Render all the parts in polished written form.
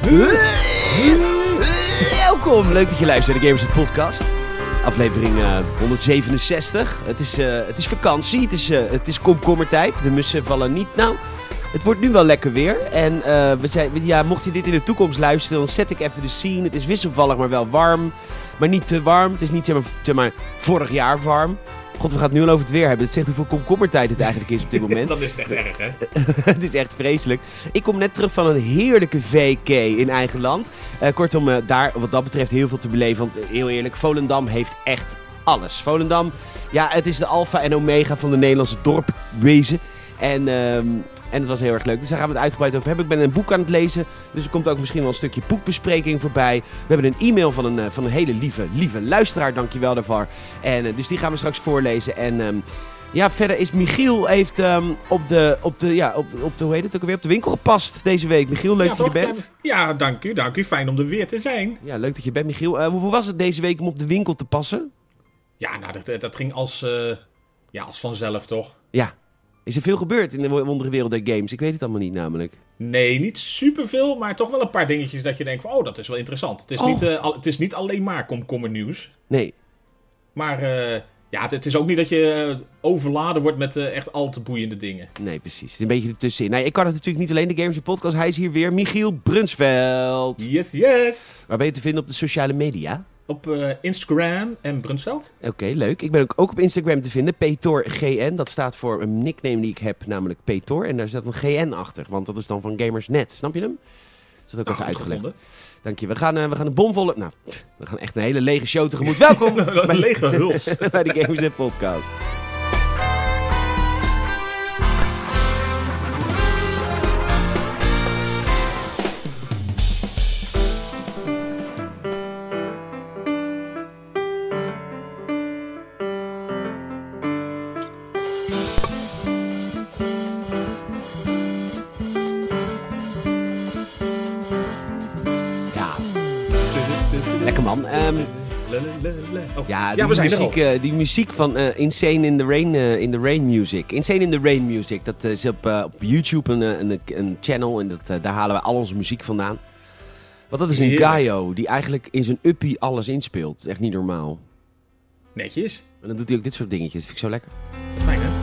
Welkom, leuk dat je luistert naar de Gamers Podcast. Aflevering 167. Het is vakantie, het is komkommertijd. De mussen vallen niet. Nou, het wordt nu wel lekker weer. En mocht je dit in de toekomst luisteren, dan zet ik even de scene. Het is wisselvallig, maar wel warm. Maar niet te warm. Het is niet zeg maar vorig jaar warm. God, we gaan het nu al over het weer hebben. Het zegt hoeveel komkommertijd het eigenlijk is op dit moment. Dat is echt erg, hè? Het is echt vreselijk. Ik kom net terug van een heerlijke VK in eigen land. Kortom, daar wat dat betreft heel veel te beleven. Want heel eerlijk, Volendam heeft echt alles. Volendam, ja, het is de alfa en omega van de Nederlandse dorpwezen. En het was heel erg leuk. Dus daar gaan we het uitgebreid over hebben. Ik ben een boek aan het lezen. Dus er komt ook misschien wel een stukje boekbespreking voorbij. We hebben een e-mail van een hele lieve luisteraar. Dankjewel daarvoor. En dus die gaan we straks voorlezen. En verder is Michiel heeft op de hoe heet het ook alweer? Op de winkel gepast deze week. Michiel, leuk dat je er bent. Ja, dank u. Fijn om er weer te zijn. Ja, leuk dat je bent, Michiel. Hoe was het deze week om op de winkel te passen? Ja, nou, dat ging als vanzelf, toch? Ja. Is er veel gebeurd in de wonderenwereld der games? Ik weet het allemaal niet namelijk. Nee, niet superveel, maar toch wel een paar dingetjes dat je denkt van, dat is wel interessant. Het is niet alleen maar komkommernieuws. Nee. Maar het is ook niet dat je overladen wordt met echt al te boeiende dingen. Nee, precies. Het is een beetje ertussenin. Nee, ik kan het natuurlijk niet alleen, de Gamers Podcast. Hij is hier weer, Michiel Brunsveld. Yes. Waar ben je te vinden op de sociale media? Op Instagram en Brunsveld. Oké, leuk. Ik ben ook op Instagram te vinden, PTORGN. Dat staat voor een nickname die ik heb, namelijk PTOR. En daar staat een GN achter, want dat is dan van Gamersnet. Snap je hem? Is dat ook even uitgelegd? Gevonden. Dank je. We gaan een bomvolle... Nou, we gaan echt een hele lege show tegemoet. Welkom bij een lege huls. Bij de Gamersnet Podcast. Lekker man. Die muziek van Insane in the Rain Music. Insane in the Rain Music. Dat is op YouTube een channel. En daar halen we al onze muziek vandaan. Want dat is een Gaio die eigenlijk in zijn uppie alles inspeelt. Dat is echt niet normaal. Netjes. En dan doet hij ook dit soort dingetjes. Dat vind ik zo lekker. Fijn, hè?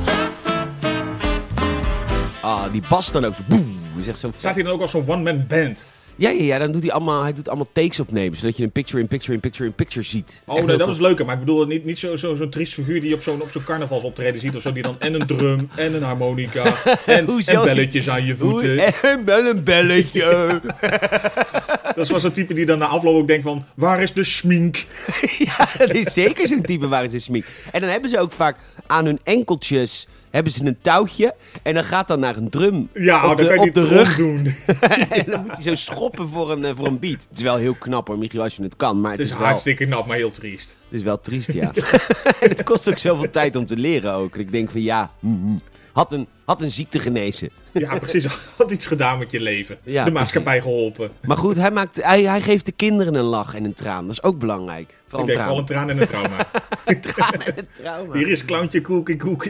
Die bas dan ook. Boem. Staat hij dan ook als zo'n one-man band? Ja, dan doet hij allemaal takes opnemen, zodat je een picture-in-picture ziet. Oh, nee, dat is leuker, maar ik bedoel niet zo'n triest figuur die je op zo'n carnavalsoptreden ziet of zo, die dan en een drum, en een harmonica, en belletjes aan je voeten. En wel een belletje. Dat is wel zo'n type die dan na afloop ook denkt van, waar is de schmink? Ja, dat is zeker zo'n type, waar is de schmink? En dan hebben ze ook vaak aan hun enkeltjes... hebben ze een touwtje en dan gaat dan naar een drum op de rug doen. En dan moet hij zo schoppen voor een beat. Het is wel heel knap hoor, Michiel, als je het kan. Maar het is hartstikke knap, maar heel triest. Het is wel triest, ja. En het kost ook zoveel tijd om te leren ook. En ik denk van had een ziekte genezen. Ja, precies. Had iets gedaan met je leven. Ja, de maatschappij geholpen. Maar goed, hij geeft de kinderen een lach en een traan. Dat is ook belangrijk. Ik denk wel een traan en een trauma. Een traan en een trauma. Hier is clowntje koekie,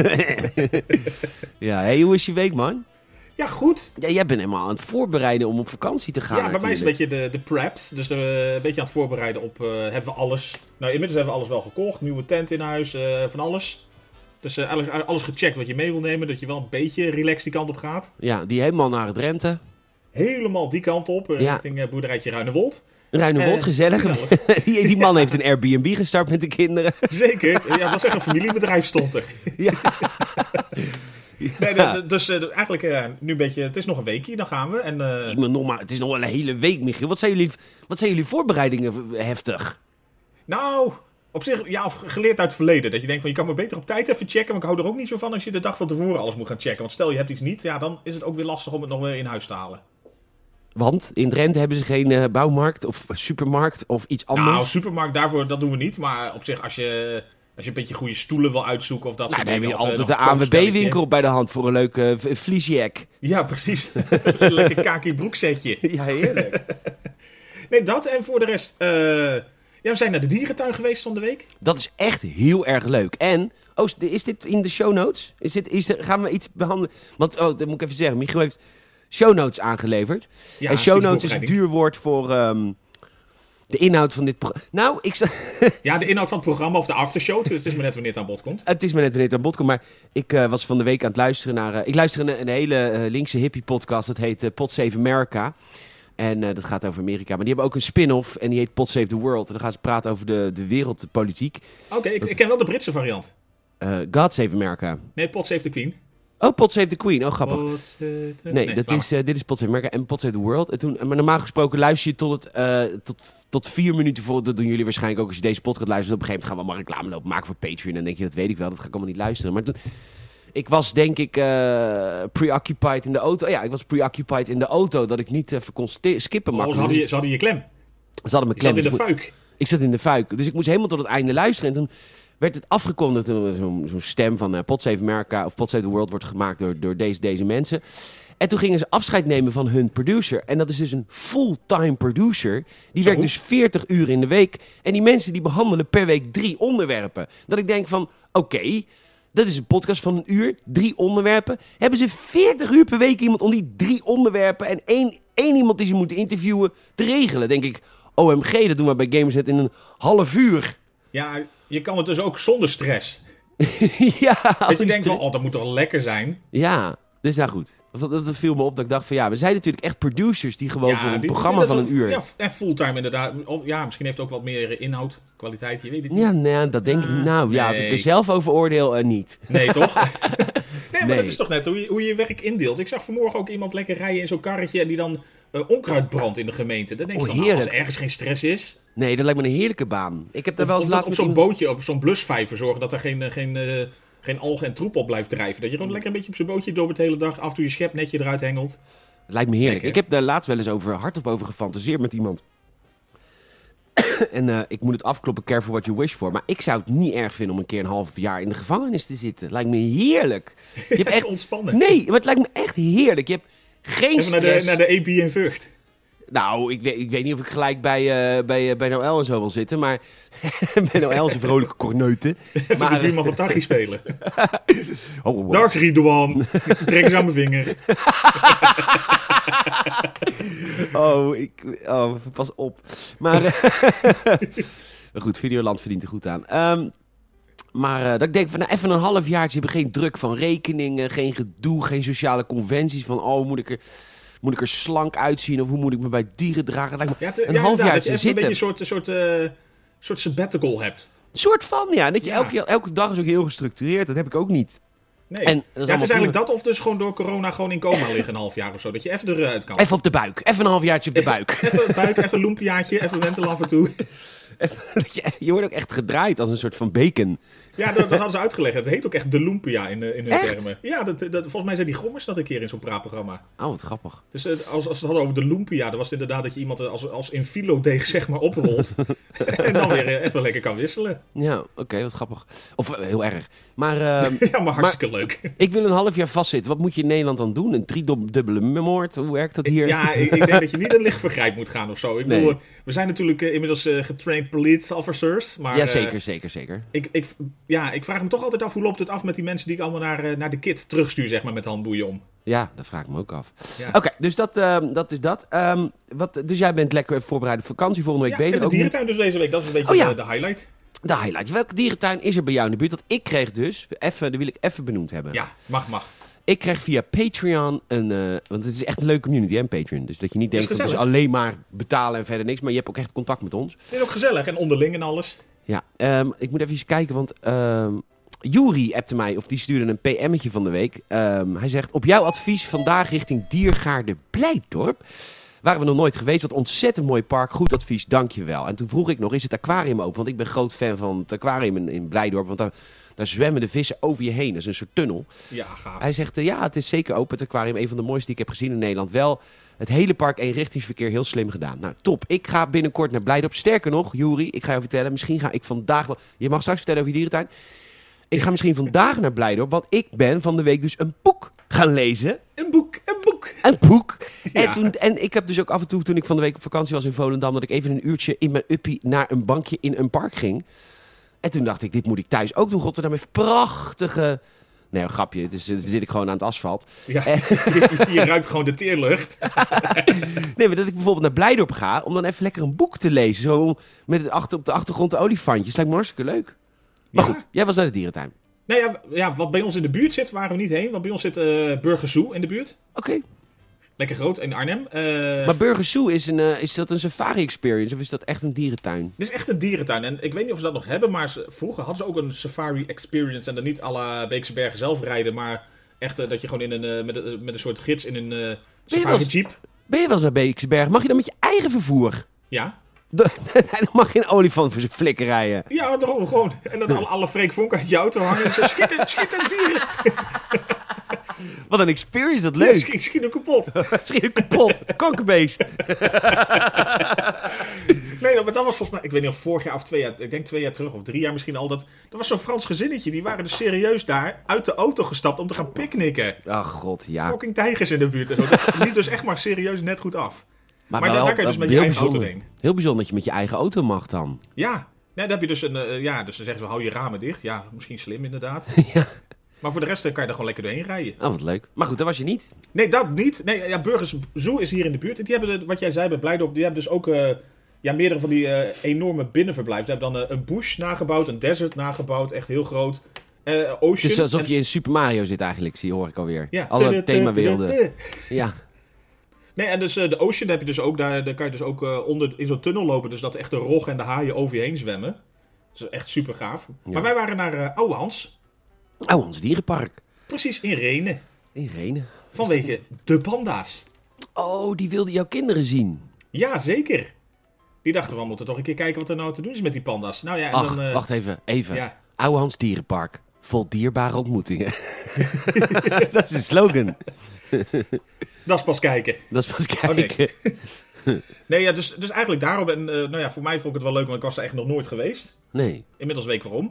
Ja, hey, hoe is je week, man? Ja, goed. Ja, jij bent helemaal aan het voorbereiden om op vakantie te gaan. Ja, bij mij is een beetje de preps. Dus een beetje aan het voorbereiden op... hebben we alles... Nou, inmiddels hebben we alles wel gekocht. Nieuwe tent in huis, van alles. Dus eigenlijk alles gecheckt wat je mee wil nemen. Dat je wel een beetje relaxed die kant op gaat. Ja, die helemaal naar het Drenthe. Helemaal die kant op. Richting boerderijtje Ruinewold. Ruinewold, gezellig. Die man heeft een Airbnb gestart met de kinderen. Zeker. Ja, dat is echt een familiebedrijf stond er. Ja. Nee, dus eigenlijk nu een beetje... Het is nog een weekje, dan gaan we. En, het is nog wel een hele week, Michiel. Wat zijn jullie voorbereidingen heftig? Nou... Op zich, geleerd uit het verleden. Dat je denkt van, je kan maar beter op tijd even checken. Maar ik hou er ook niet zo van als je de dag van tevoren alles moet gaan checken. Want stel je hebt iets niet, dan is het ook weer lastig om het nog weer in huis te halen. Want in Drenthe hebben ze geen bouwmarkt of supermarkt of iets anders? Nou, supermarkt daarvoor, dat doen we niet. Maar op zich, als je een beetje goede stoelen wil uitzoeken of dat soort dingen. Dan heb je altijd de ANWB-winkel bij de hand voor een leuk vliesjack. Ja, precies. Een lekker kaki broeksetje. Ja, heerlijk. Nee, dat en voor de rest... we zijn naar de dierentuin geweest van de week. Dat is echt heel erg leuk. En, is dit in de show notes? Gaan we iets behandelen? Want, dat moet ik even zeggen. Michiel heeft show notes aangeleverd. Ja, en show notes is een duur woord voor de inhoud van dit programma. Nou, Ja, de inhoud van het programma of de aftershow. Dus het is maar net wanneer het aan bod komt. Het is maar net wanneer het aan bod komt. Maar ik was van de week aan het luisteren naar... ik luister naar een hele linkse hippie podcast. Dat heet Pod Save America. En dat gaat over Amerika. Maar die hebben ook een spin-off en die heet Pod Save the World. En dan gaan ze praten over de wereldpolitiek. Oké, ik ken wel de Britse variant. God Save America. Nee, Pod Save the Queen. Oh, Pod Save the Queen. Oh, grappig. Nee, dit is Pod Save America en Pod Save the World. Maar normaal gesproken luister je tot 4 minuten voor. Dat doen jullie waarschijnlijk ook als je deze podcast luistert. Op een gegeven moment gaan we allemaal reclame lopen maken voor Patreon. En dan denk je, dat weet ik wel. Dat ga ik allemaal niet luisteren. Maar toen... Ik was denk ik preoccupied in de auto. Ja, ik was preoccupied in de auto dat ik niet even kon skippen. Ze hadden je klem. Ze hadden me klem. Je zat in de fuik. Ik zat in de fuik. Dus ik moest helemaal tot het einde luisteren. En toen werd het afgekondigd. Zo'n stem van Pod Save America of Pod Save the World wordt gemaakt door deze mensen. En toen gingen ze afscheid nemen van hun producer. En dat is dus een fulltime producer. Die werkt dus 40 uur in de week. En die mensen die behandelen per week 3 onderwerpen. Dat ik denk van, oké, dat is een podcast van 1 uur, 3 onderwerpen. Hebben ze 40 uur per week iemand om die 3 onderwerpen en één iemand die ze moeten interviewen te regelen? Denk ik, OMG, dat doen we bij Gamersnet in een half uur. Ja, je kan het dus ook zonder stress. Ja. Dat je denkt van, dat moet toch lekker zijn? Ja, dus nou goed. Dat viel me op dat ik dacht van ja, we zijn natuurlijk echt producers die gewoon voor een programma van 1 uur. Ja, en fulltime inderdaad. Ja, misschien heeft het ook wat meer inhoud, kwaliteit, je weet het niet. Ja, nee, dat denk ik. Nou ja, als ik er zelf over oordeel, niet. Nee, toch? Nee, maar dat is toch net hoe je werk indeelt. Ik zag vanmorgen ook iemand lekker rijden in zo'n karretje en die dan onkruid brandt in de de. Dan denk ik van, als er ergens geen stress is. Nee, dat lijkt me een heerlijke baan. Ik heb daar wel eens laten op zo'n bootje, op zo'n blusvijver zorgen dat er geen algen en troep op blijft drijven. Dat je gewoon lekker een beetje op zijn bootje door het hele dag af en toe je schepnetje eruit hengelt. Het lijkt me heerlijk. Lekker. Ik heb daar laatst wel eens hardop over gefantaseerd met iemand. En ik moet het afkloppen, careful what you wish for. Maar ik zou het niet erg vinden om een keer een half jaar in de gevangenis te zitten. Lijkt me heerlijk. Je hebt echt ontspannen. Nee, maar het lijkt me echt heerlijk. Je hebt geen stress. Even naar de EP in Vught. Nou, ik weet niet of ik gelijk bij Noël en zo wil zitten, maar bij Noël is een vrolijke corneuten. Even de buurman van Taghi spelen. Oh. Dag Ridouan, trek eens aan mijn vinger. Pas op. Maar goed, Videoland verdient er goed aan. Maar dat ik denk van even een halfjaartje, hebben geen druk van rekeningen, geen gedoe, geen sociale conventies van moet ik er slank uitzien of hoe moet ik me bij dieren dragen? Lijkt me een halfjaartje zitten. Dat je een soort sabbatical hebt. Een soort van, ja. Dat je elke dag is ook heel gestructureerd. Dat heb ik ook niet. Nee. En het is eigenlijk dat of dus gewoon door corona gewoon in coma liggen een half jaar of zo. Dat je even eruit kan. Even op de buik. Even een halfjaartje op de buik. Even buik, even loempiaatje, even wentelen af en toe. Je wordt ook echt gedraaid als een soort van bacon. Ja, dat hadden ze uitgelegd. Het heet ook echt de lumpia in hun termen. Ja, volgens mij zei die Gommers dat een keer in zo'n praatprogramma. Oh, wat grappig. Dus als ze het hadden over de lumpia, dan was het inderdaad dat je iemand als in filodeeg zeg maar oprolt. En dan weer even lekker kan wisselen. Ja, oké, wat grappig. Of heel erg. Maar, ja, maar hartstikke leuk. Ik wil een half jaar vastzitten. Wat moet je in Nederland dan doen? Een 3-dubbele moord? Hoe werkt dat hier? Ja, ik denk dat je niet een licht vergrijp moet gaan of zo. Ik bedoel, we zijn natuurlijk inmiddels getrained police officers. Maar, ja, zeker. Ik vraag me toch altijd af, hoe loopt het af met die mensen die ik allemaal naar de kit terugstuur, zeg maar, met handboeien om? Ja, dat vraag ik me ook af. Ja. Oké, dus dat is dat. Dus jij bent lekker voorbereid op vakantie volgende week bezig. En de dierentuin dus deze week, dat is een beetje de highlight. De highlight. Welke dierentuin is er bij jou in de buurt? Want ik kreeg dus, dat wil ik even benoemd hebben. Ja, mag. Ik kreeg via Patreon want het is echt een leuke community, hè, Patreon. Dus dat je niet denkt, dat het is alleen maar betalen en verder niks. Maar je hebt ook echt contact met ons. Het is ook gezellig en onderling en alles. Ja, ik moet even kijken, want Juri appte mij, of die stuurde een PM'tje van de week. Hij zegt, op jouw advies vandaag richting Diergaarde Blijdorp. Waren we nog nooit geweest, wat ontzettend mooi park, goed advies, dankjewel. En toen vroeg ik nog, is het aquarium open? Want ik ben groot fan van het aquarium in Blijdorp, want daar zwemmen de vissen over je heen. Dat is een soort tunnel. Ja, gaaf. Hij zegt, ja, het is zeker open, het aquarium. Een van de mooiste die ik heb gezien in Nederland. Wel, het hele park eenrichtingsverkeer, heel slim gedaan. Nou, top. Ik ga binnenkort naar Blijdorp. Sterker nog, Juri, ik ga je vertellen, misschien ga ik vandaag wel... Je mag straks vertellen over je dierentuin. Ik ga misschien vandaag naar Blijdorp, want ik ben van de week dus een boek gaan lezen. Een boek. Ja. En ik heb dus ook af en toe, toen ik van de week op vakantie was in Volendam, dat ik even een uurtje in mijn uppie naar een bankje in een park ging. En toen dacht ik, dit moet ik thuis ook doen. Rotterdam heeft prachtige Nee, een grapje. Dan zit ik gewoon aan het asfalt. Ja, je ruikt gewoon de teerlucht. Nee, maar dat ik bijvoorbeeld naar Blijdorp ga om dan even lekker een boek te lezen. Zo met op de achtergrond de olifantjes. Lijkt me hartstikke leuk. Maar goed, jij was naar de dierentuin. Nee, ja, wat bij ons in de buurt zit, waren we niet heen. Want bij ons zit Burger Zoo in de buurt. Oké. Lekker groot, in Arnhem. Maar Burger Zoo, is dat een safari experience of is dat echt een dierentuin? Dit is echt een dierentuin. En ik weet niet of ze dat nog hebben, maar vroeger hadden ze ook een safari experience. En dan niet à la Beekse Bergen zelf rijden, maar echt dat je gewoon met een soort gids in een safari jeep. Ben je wel eens naar Beekse Bergen? Mag je dan met je eigen vervoer? Ja. Dan mag geen olifant voor zijn flikker rijden. Ja, daarom gewoon. En dan alle Freek Vonk uit je auto hangen en zo, schiet dieren. Wat een experience, dat leuk. Ja, schiet hem kapot. Schiet hem kapot. Kankerbeest. Nee, maar dat was volgens mij, ik weet niet of vorig jaar of 2 jaar, ik denk 2 jaar terug of 3 jaar misschien al. Dat was zo'n Frans gezinnetje, die waren dus serieus daar uit de auto gestapt om te gaan picknicken. Ach god, ja. Fucking tijgers in de buurt. En zo. Dat liep dus echt maar serieus net goed af. Maar wel, daar kan je dus met je eigen auto heen. Heel bijzonder dat je met je eigen auto mag dan. Ja, nee, dan heb je dus dus dan zeggen ze, hou je ramen dicht. Ja, misschien slim inderdaad. Ja. Maar voor de rest kan je er gewoon lekker doorheen rijden. Oh, wat leuk. Maar goed, dat was je niet. Nee, dat niet. Nee, ja, Burgers Zoo is hier in de buurt. En die hebben, wat jij zei bij Blijdorp, die hebben dus ook meerdere van die enorme binnenverblijven. Die hebben dan een bush nagebouwd, een desert nagebouwd, echt heel groot. Ocean. Het is alsof je in Super Mario zit eigenlijk, hoor ik alweer. Ja. Alle themawerelden. Ja. Nee, en dus de Ocean heb je dus ook, daar kan je dus ook onder in zo'n tunnel lopen. Dus dat echt de rog en de haaien over je heen zwemmen. Dat is echt super gaaf. Ja. Maar wij waren naar Ouwehands. Ouwehands Dierenpark. Precies, in Renen. In Renen. Vanwege de panda's. Oh, die wilden jouw kinderen zien. Ja, zeker. Die dachten, we moeten toch een keer kijken wat er nou te doen is met die panda's. Nou ja, en ach, dan, wacht even. Ja. Ouwehands Dierenpark. Vol dierbare ontmoetingen. Dat is een slogan. Dat is pas kijken. Dat is pas kijken. Oh, nee, ja, dus eigenlijk daarom. En voor mij vond ik het wel leuk, want ik was er echt nog nooit geweest. Nee. Inmiddels weet ik waarom.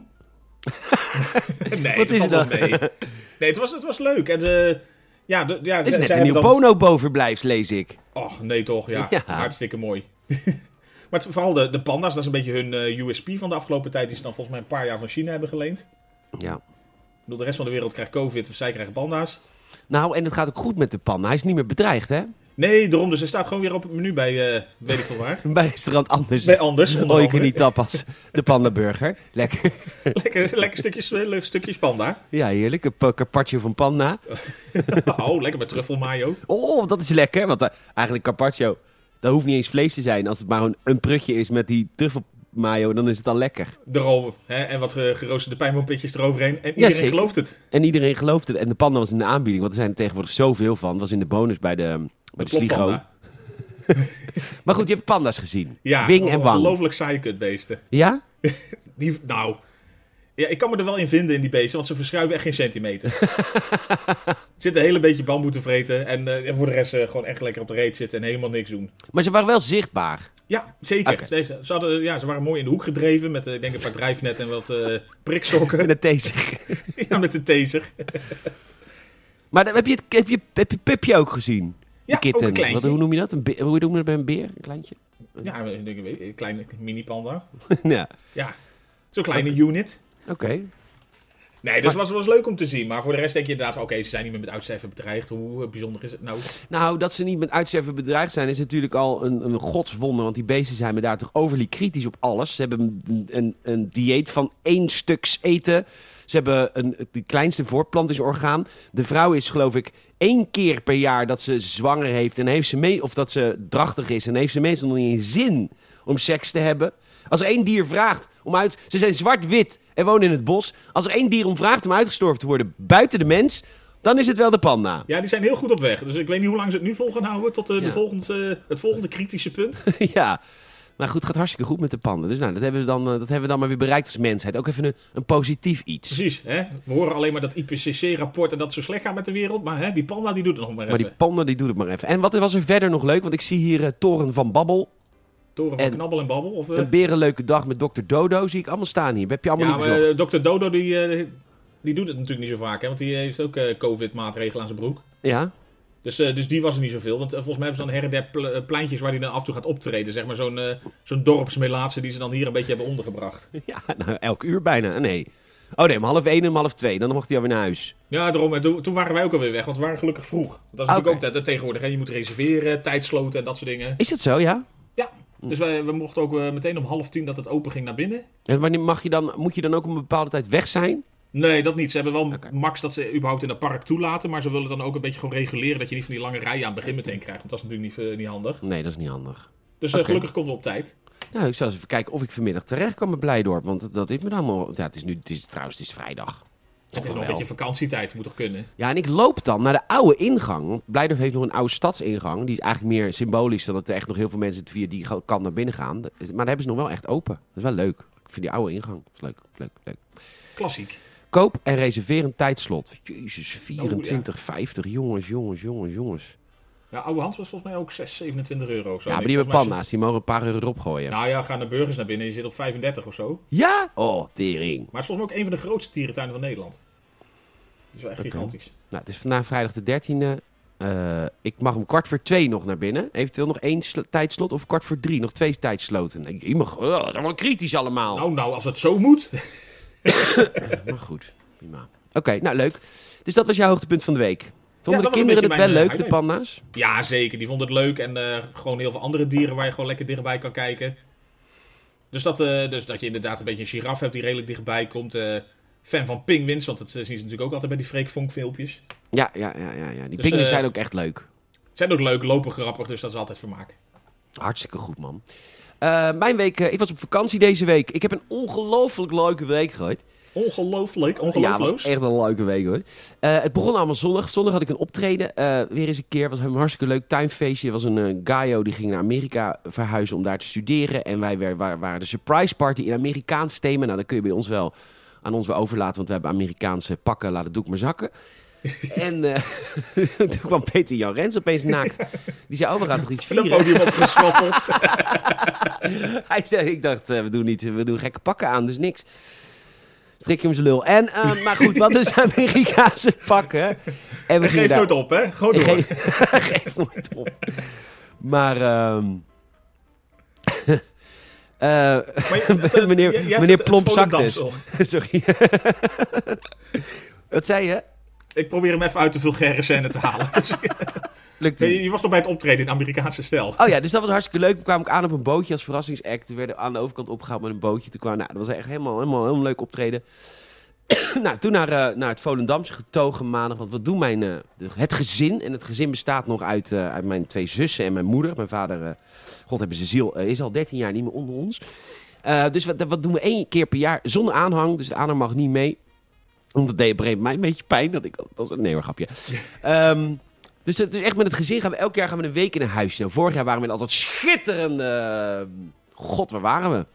Nee, wat is het dan? Mee. Nee, het was leuk. En het is net een nieuw Bonobo-verblijf, lees ik. Och, nee toch, ja. Ja. Hartstikke mooi. Maar vooral de panda's, dat is een beetje hun USP van de afgelopen tijd. Die ze dan volgens mij een paar jaar van China hebben geleend. Ja. Ik bedoel, de rest van de wereld krijgt COVID, zij krijgen panda's. Nou, en het gaat ook goed met de panda. Hij is niet meer bedreigd, hè? Nee, daarom. Dus hij staat gewoon weer op het menu bij, weet ik veel waar. Bij restaurant Anders. Bij Anders, onder All you andere. can eat tapas. De pandaburger. Lekker. lekker stukjes panda. Ja, heerlijk. Een carpaccio van panda. Oh, lekker met truffelmayo. Oh, dat is lekker. Want eigenlijk carpaccio, dat hoeft niet eens vlees te zijn. Als het maar een prutje is met die truffelmayo, dan is het al lekker. Daarom. En wat geroosterde pijnboompitjes eroverheen. En iedereen gelooft het. En iedereen gelooft het. En de panda was in de aanbieding. Want er zijn er tegenwoordig zoveel van. Was in de bonus bij de Sligo. Maar goed, je hebt panda's gezien. Ja, Wing en wang. Ongelooflijk saaie kutbeesten. Ja? Ja, ik kan me er wel in vinden in die beesten, want ze verschuiven echt geen centimeter. Zitten een hele beetje bamboe te vreten en voor de rest gewoon echt lekker op de reet zitten en helemaal niks doen. Maar ze waren wel zichtbaar. Ja, zeker. Okay. Ze waren mooi in de hoek gedreven met ik denk een paar drijfnetten en wat prikstokken. Met een taser. Ja, met een taser. Maar heb je Pupje ook gezien? Ja, kitten. ook een kleintje. Hoe noem je dat? Hoe noem je dat bij een beer? Een kleintje? Ja, een kleine mini-panda. Ja. Ja, zo'n kleine unit. Oké. Nee, dus het was leuk om te zien. Maar voor de rest denk je inderdaad, oké, ze zijn niet meer met uitsterven bedreigd. Hoe bijzonder is het nou? Nou, dat ze niet met uitsterven bedreigd zijn is natuurlijk al een godswonder. Want die beesten zijn me daar toch overly kritisch op alles. Ze hebben een dieet van 1 stuks eten. Ze hebben het kleinste voortplantingsorgaan. De vrouw is geloof ik 1 keer per jaar dat ze zwanger heeft. En heeft ze of dat ze drachtig is. En heeft ze meestal nog niet eens zin om seks te hebben. Als er 1 dier vraagt om uit... Ze zijn zwart-wit en wonen in het bos. Als er 1 dier om vraagt om uitgestorven te worden buiten de mens, dan is het wel de panda. Ja, die zijn heel goed op weg. Dus ik weet niet hoe lang ze het nu vol gaan houden tot het volgende kritische punt. Ja, maar goed, het gaat hartstikke goed met de panda. Dus nou, dat hebben we dan maar weer bereikt als mensheid. Ook even een positief iets. Precies, hè? We horen alleen maar dat IPCC-rapport en dat het zo slecht gaat met de wereld. Maar die panda die doet het nog maar even. Maar die panda die doet het maar even. En wat was er verder nog leuk? Want ik zie hier Toren van Babbel. Toren van Knabbel en Babbel? Of, Een berenleuke dag met Dr. Dodo zie ik allemaal staan hier. Heb je allemaal niet bezocht? Dr. Dodo die doet het natuurlijk niet zo vaak. Hè? Want die heeft ook COVID-maatregelen aan zijn broek. Ja. Dus die was er niet zoveel. Want volgens mij hebben ze dan her en der pleintjes waar hij dan af en toe gaat optreden. Zeg maar zo'n dorpsmelaatse die ze dan hier een beetje hebben ondergebracht. Ja, nou elk uur bijna. Nee. Oh nee, om 12:30 en om 12:30. Dan mocht hij alweer naar huis. Ja, daarom. En toen waren wij ook alweer weg, want we waren gelukkig vroeg. Want dat is natuurlijk ook tegenwoordig. Hè? Je moet reserveren, tijdsloten en dat soort dingen. Is dat zo, ja? Ja. Dus we mochten ook meteen om 9:30 dat het open ging naar binnen. En wanneer moet je dan ook om een bepaalde tijd weg zijn? Nee, dat niet. Ze hebben wel max dat ze überhaupt in het park toelaten. Maar ze willen dan ook een beetje gewoon reguleren dat je niet van die lange rijen aan het begin meteen krijgt. Want dat is natuurlijk niet handig. Nee, dat is niet handig. Dus gelukkig komt het op tijd. Nou, ik zal eens even kijken of ik vanmiddag terecht kan met Blijdorp. Want dat is me dan nog... Ja, het is vrijdag. Het is nog een beetje vakantietijd, moet toch kunnen? Ja, en ik loop dan naar de oude ingang. Want Blijdorp heeft nog een oude stadsingang. Die is eigenlijk meer symbolisch dan dat er echt nog heel veel mensen via die kant naar binnen gaan. Maar daar hebben ze nog wel echt open. Dat is wel leuk. Ik vind die oude ingang. Dat is leuk. Klassiek. Koop en reserveer een tijdslot. Jezus, 24,50. Jongens. Ja, oude Hans was volgens mij ook 27 euro. Zo. Ja, maar die hebben panda's. Die mogen een paar euro erop gooien. Nou ja, ga naar Burgers naar binnen en je zit op 35 of zo. Ja? Oh, tering. Maar het is volgens mij ook een van de grootste dierentuinen van Nederland. Die is wel echt gigantisch. Nou, het is vandaag vrijdag de 13e. Ik mag om 13:15 nog naar binnen. Eventueel nog 1 tijdslot of 2:15 nog 2 tijdsloten. Dat is allemaal kritisch allemaal. Nou, als het zo moet. Maar goed, prima. Oké, nou leuk. Dus dat was jouw hoogtepunt van de week. Vonden de dat was kinderen het wel leuk, de highlight. panda's? Ja, zeker. Die vonden het leuk. En gewoon heel veel andere dieren waar je gewoon lekker dichtbij kan kijken. Dus dat je inderdaad een beetje een giraf hebt die redelijk dichtbij komt. Fan van pinguïns, want dat zien ze natuurlijk ook altijd bij die Freek Vonk filmpjes. Ja. Die pinguïns zijn ook echt leuk. Zijn ook leuk, lopen grappig, dus dat is altijd vermaak. Hartstikke goed, man. Mijn week, ik was op vakantie deze week. Ik heb een ongelooflijk leuke week gehad. Ongelooflijk. Ja, het was echt een leuke week hoor. Het begon allemaal zondag. Zondag had ik een optreden. Weer eens een keer. Het was een hartstikke leuk tuinfeestje. Er was een Gaio die ging naar Amerika verhuizen om daar te studeren. En wij waren de surprise party in Amerikaans thema. Nou, dat kun je bij ons wel aan ons wel overlaten. Want we hebben Amerikaanse pakken. Laat het doek maar zakken. En toen kwam Peter Jan Rens opeens naakt. Die zei, we gaan toch iets vieren? Dat podium opgeswappeld. Hij zei, ik dacht, we doen gekke pakken aan, dus niks. Strik je hem zijn lul. En, maar goed, wat dus Amerikaanse pakken. En we geef nooit op, hè? Gewoon door. Geef nooit op. Maar, meneer Plompzaktes. Sorry. Wat zei je? Ik probeer hem even uit de vulgaire scène te halen. Lukt je was nog bij het optreden in Amerikaanse stijl. Oh ja, dus dat was hartstikke leuk. We kwamen ook aan op een bootje als verrassingsact. We werden aan de overkant opgehaald met een bootje. Dat was echt helemaal een leuk optreden. Nou, toen naar het Volendamse getogen maandag. Want wat doen het gezin? En het gezin bestaat nog uit mijn 2 zussen en mijn moeder. Mijn vader, God hebben ze ziel, is al 13 jaar niet meer onder ons. Dus wat doen we 1 keer per jaar zonder aanhang. Dus de aanhang mag niet mee. Want dat deed op een gegeven moment mij een beetje pijn. Dat is een grapje. Dus echt met het gezin elk jaar gaan we een week in een huisje. Nou, vorig jaar waren we altijd schitterende... God, waar waren we?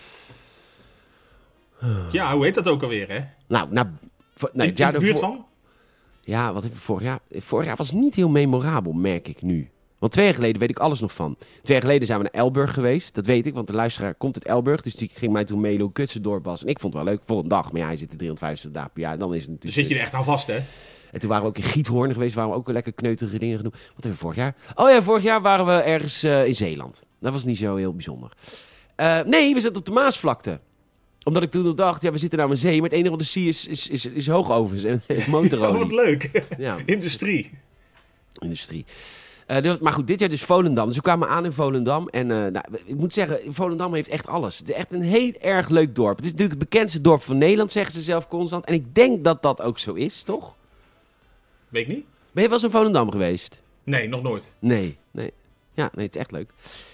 Ja, hoe heet dat ook alweer, hè? In de buurt van? Ja, wat hebben we vorig jaar? Vorig jaar was niet heel memorabel, merk ik nu. Want 2 jaar geleden weet ik alles nog van. 2 jaar geleden zijn we naar Elburg geweest. Dat weet ik, want de luisteraar komt uit Elburg. Dus die ging mij toen mailen hoe kut ze dorp was. En ik vond het wel leuk voor een dag. Maar ja, hij zit er 350 dagen per jaar. Dan is het natuurlijk... Dan zit je er echt aan vast, hè? En toen waren we ook in Giethoorn geweest. Waren we ook lekker kneuterige dingen genoemd. Wat hebben we vorig jaar? Oh ja, vorig jaar waren we ergens in Zeeland. Dat was niet zo heel bijzonder. Nee, we zaten op de Maasvlakte. Omdat ik toen dacht, we zitten nou aan een zee. Maar het enige wat ik zie is hoogovens en motorolie. Oh, wat leuk. Ja. Industrie. Maar goed, dit jaar dus Volendam. Dus we kwamen aan in Volendam. En ik moet zeggen, Volendam heeft echt alles. Het is echt een heel erg leuk dorp. Het is natuurlijk het bekendste dorp van Nederland, zeggen ze zelf constant. En ik denk dat dat ook zo is, toch? Weet ik niet. Ben je wel eens in Volendam geweest? Nee, nog nooit. Nee. Ja, nee, het is echt leuk.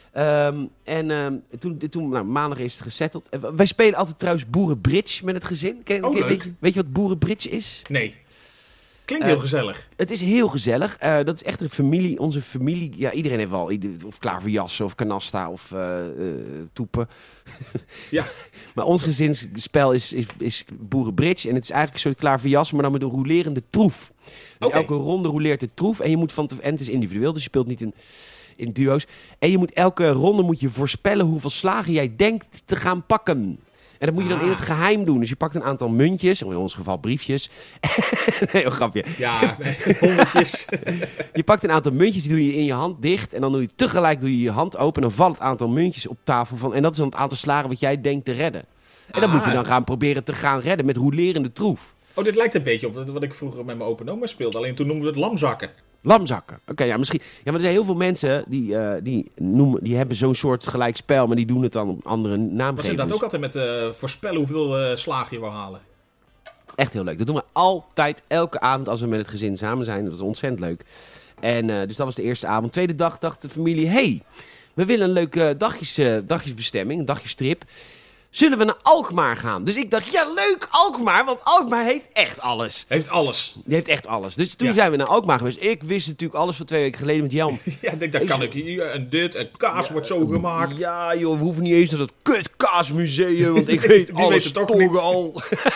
Toen maandag is het gesetteld. Wij spelen altijd trouwens boerenbridge met het gezin. Weet je wat boerenbridge is? Nee. Klinkt heel gezellig. Het is heel gezellig. Dat is echt een familie. Onze familie, ja, iedereen heeft wel of klaverjassen of canasta of toepen. Ja. Maar ons gezinsspel is boerenbridge. En het is eigenlijk een soort klaverjas, maar dan met een rolerende troef. Dus elke ronde roleert de troef. En het is individueel, dus je speelt niet in duo's. En je moet elke ronde voorspellen hoeveel slagen jij denkt te gaan pakken. En dat moet je dan in het geheim doen. Dus je pakt een aantal muntjes, in ons geval briefjes. Nee, een grapje. Ja, honderdjes. Je pakt een aantal muntjes, die doe je in je hand dicht. En dan doe je tegelijk je hand open. En dan valt het aantal muntjes op tafel van. En dat is dan het aantal slagen wat jij denkt te redden. En dat moet je dan gaan proberen te gaan redden met roelerende troef. Oh, dit lijkt een beetje op wat ik vroeger met mijn open oma speelde. Alleen toen noemden we het lamzakken. Lamzakken. Oké, ja, misschien. Ja, maar er zijn heel veel mensen die hebben zo'n soort gelijk spel, maar die doen het dan op andere naamgeving. Was inderdaad ook altijd met voorspellen hoeveel slagen je wou halen. Echt heel leuk. Dat doen we altijd, elke avond als we met het gezin samen zijn. Dat is ontzettend leuk. En dus dat was de eerste avond. Tweede dag dacht de familie, hey, we willen een leuke dagjesbestemming, een dagjestrip. Zullen we naar Alkmaar gaan? Dus ik dacht, ja leuk, Alkmaar, want Alkmaar heeft echt alles. Heeft alles. Die heeft echt alles. Dus toen zijn we naar Alkmaar geweest. Ik wist natuurlijk alles van 2 weken geleden met Jan. Ja, dat kan ik hier en dit en kaas wordt zo gemaakt. Ja joh, we hoeven niet eens naar dat kut kaasmuseum, want ik weet alles toch al.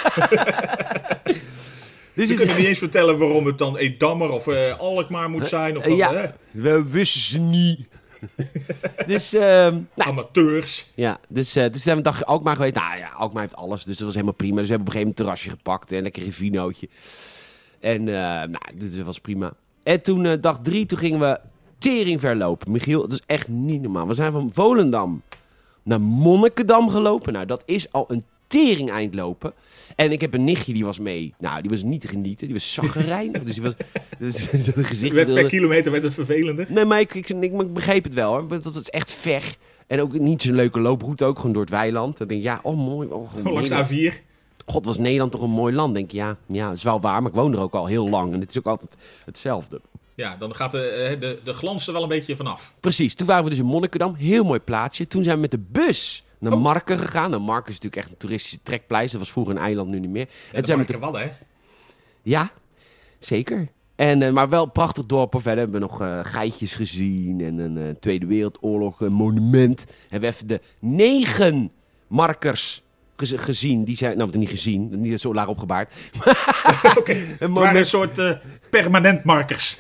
Dus je kunt niet eens vertellen waarom het dan Edammer of Alkmaar moet zijn. Of we wisten ze niet. Dus, amateurs. Ja, dus zijn we een dag Alkmaar geweest. Nou ja, Alkmaar heeft alles, dus dat was helemaal prima. Dus we hebben op een gegeven moment een terrasje gepakt en lekker een vinootje. En dit was prima. En toen, dag 3, toen gingen we tering verlopen. Michiel, dat is echt niet normaal. We zijn van Volendam naar Monnikendam gelopen. Nou, dat is al een tering eind lopen. En ik heb een nichtje, die was mee. Nou, die was niet te genieten. Die was chagrijnig. Dus die was... Zo'n gezicht... Per kilometer werd het vervelender. Nee, maar ik begreep het wel, hoor. Dat is echt ver. En ook niet zo'n leuke looproute, ook gewoon door het weiland. Dan denk je, ja, mooi. Langs de A4. God, was Nederland toch een mooi land? Denk je, ja, dat is wel waar. Maar ik woon er ook al heel lang. En het is ook altijd hetzelfde. Ja, dan gaat de glans er wel een beetje vanaf. Precies. Toen waren we dus in Monnikendam. Heel mooi plaatsje. Toen zijn we met de bus naar Marken gegaan. Nou, Marken is natuurlijk echt een toeristische trekpleister. Dat was vroeger een eiland, nu niet meer. En de Marken hè? Ja, zeker. Maar wel een prachtig dorp. Verder hebben we nog geitjes gezien. En een Tweede Wereldoorlog monument. En we hebben de 9 markers gezien. Die zijn, nou, niet gezien. Niet zo laag opgebaard. Oké, het waren een soort permanent markers.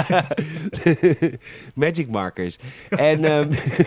Magic markers. En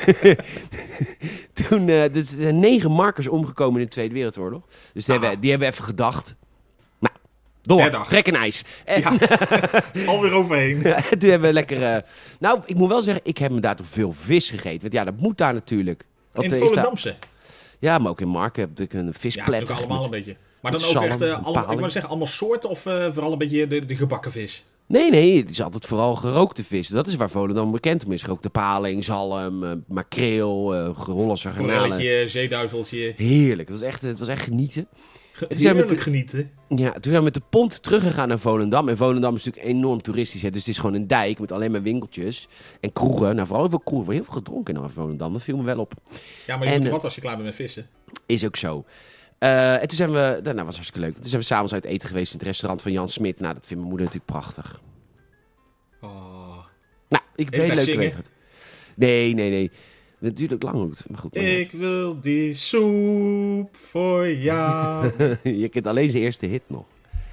toen, dus er zijn 9 markers omgekomen in de Tweede Wereldoorlog. Dus die hebben we even gedacht. Nou, door. Trek een ijs. Alweer overheen. Toen hebben we lekker... nou, ik moet wel zeggen, ik heb me daar toch veel vis gegeten. Want ja, dat moet daar natuurlijk. In het Volendamse? Ja, maar ook in Marken heb ik een vispletter. Ja, dat is ook allemaal een beetje. Maar dan ook echt, ik wou zeggen, allemaal soorten of vooral een beetje de gebakken vis? Nee, het is altijd vooral gerookte vis. Dat is waar Volendam bekend om is. Gerookte paling, zalm, makreel, Hollandse garnalen. Forelletje, zeeduiveltje. Heerlijk, het was echt genieten. Heerlijk genieten. Ja, toen zijn we met de pont teruggegaan naar Volendam. En Volendam is natuurlijk enorm toeristisch. Hè? Dus het is gewoon een dijk met alleen maar winkeltjes. En kroegen. Nou, vooral heel veel kroegen. Heel veel gedronken in Volendam. Dat viel me wel op. Ja, maar je moet wat als je klaar bent met vissen. Is ook zo. En toen zijn we... Nou, was hartstikke leuk. Toen zijn we s'avonds uit eten geweest in het restaurant van Jan Smit. Nou, dat vindt mijn moeder natuurlijk prachtig. Oh. Nou, ik ben heel leuk geweest. Nee. Natuurlijk lang ook. Maar goed, ik wil die soep voor jou. Je kent alleen zijn eerste hit nog.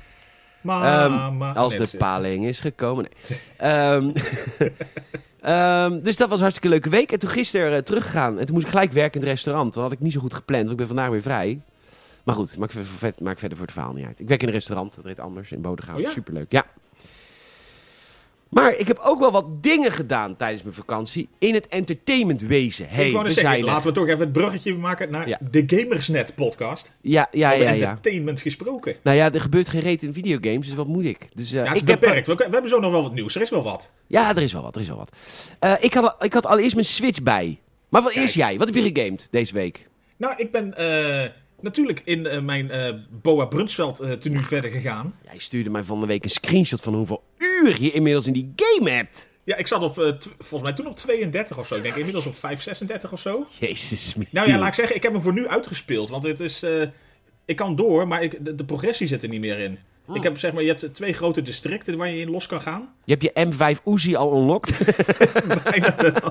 Als de paling is gekomen. Nee. Dus dat was een hartstikke leuke week. En toen gisteren teruggegaan. En toen moest ik gelijk werken in het restaurant. Dat had ik niet zo goed gepland. Want ik ben vandaag weer vrij. Maar goed, maakt verder voor het verhaal niet uit. Ik werk in een restaurant. Dat heet anders in Bodegraven. Superleuk. Ja. Maar ik heb ook wel wat dingen gedaan tijdens mijn vakantie in het entertainmentwezen. Ik wou zeggen, laten we toch even het bruggetje maken naar de Gamersnet podcast. Ja. Over entertainment gesproken. Nou ja, er gebeurt geen reet in videogames, dus wat moet ik? Dus, het is beperkt. We hebben zo nog wel wat nieuws. Er is wel wat. Ja, er is wel wat. Ik had allereerst mijn Switch bij. Maar wat is jij? Wat heb je gegamed deze week? Nou, ik ben... natuurlijk in mijn Boa Brunsveld tenue verder gegaan. Jij stuurde mij van de week een screenshot van hoeveel uur je inmiddels in die game hebt. Ja, ik zat op, volgens mij toen op 32 of zo. Ik denk inmiddels op 5,36 of zo. Jezus. Nou ja, laat ik zeggen, ik heb hem voor nu uitgespeeld. Want het is, ik kan door, maar de progressie zit er niet meer in. Oh. Ik heb, zeg maar, je hebt 2 grote districten waar je in los kan gaan. Je hebt je M5 Uzi al unlocked? Bijna wel.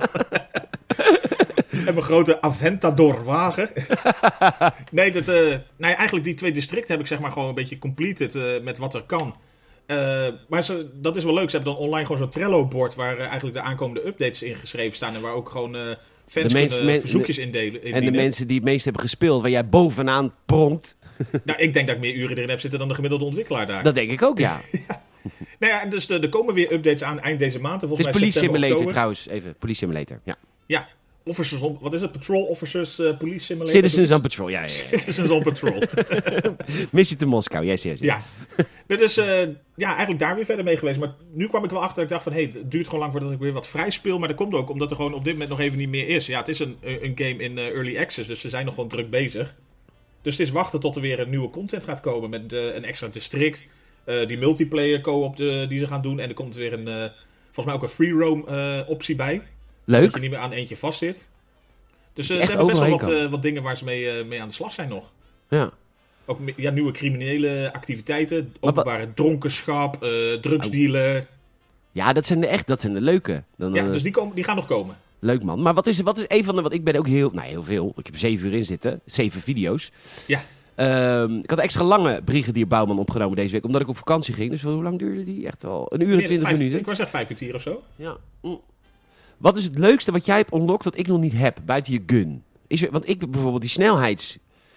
En mijn grote Aventador wagen. Nee, eigenlijk die 2 districten heb ik zeg maar gewoon een beetje completed met wat er kan. Maar dat is wel leuk. Ze hebben dan online gewoon zo'n Trello-bord waar eigenlijk de aankomende updates ingeschreven staan. En waar ook gewoon fans kunnen verzoekjes indelen. En de mensen die het meest hebben gespeeld, waar jij bovenaan pronkt. Nou, ik denk dat ik meer uren erin heb zitten dan de gemiddelde ontwikkelaar daar. Dat denk ik ook, ja. Ja. Nou ja, dus er komen weer updates aan eind deze maand. Het is Police Simulator trouwens. Even, Police Simulator, ja. Ja. Officers on, wat is het? Patrol Officers Police Simulator? Citizens on Patrol, ja. Citizens on Patrol. Missie to Moskou, yes. Ja. Dit is eigenlijk daar weer verder mee geweest. Maar nu kwam ik wel achter dat ik dacht van... het duurt gewoon lang voordat ik weer wat vrij speel. Maar dat komt ook omdat er gewoon op dit moment nog even niet meer is. Ja, het is een game in early access. Dus ze zijn nog gewoon druk bezig. Dus het is wachten tot er weer een nieuwe content gaat komen. Met een extra district. Die multiplayer co-op die ze gaan doen. En er komt weer volgens mij ook een free roam optie bij. Leuk. Dat je niet meer aan eentje vast zit. Dus ze hebben best wel wat dingen waar ze mee aan de slag zijn nog. Ja. Ook nieuwe criminele activiteiten. Openbare dronkenschap, drugsdealen. Ja, dat zijn de leuke. Dus die gaan nog komen. Leuk man. Maar wat is een van de... Want ik ben ook heel veel. Ik heb 7 uur in zitten. 7 video's. Ja. Ik had een extra lange Brigadier Bouwman opgenomen deze week. Omdat ik op vakantie ging. Dus hoe lang duurde die? Echt wel 1 uur en 20 minuten. Ik was echt 5 kwartier of zo. Ja. Wat is het leukste wat jij hebt unlocked dat ik nog niet heb? Buiten je gun. Want ik heb bijvoorbeeld die snelheids...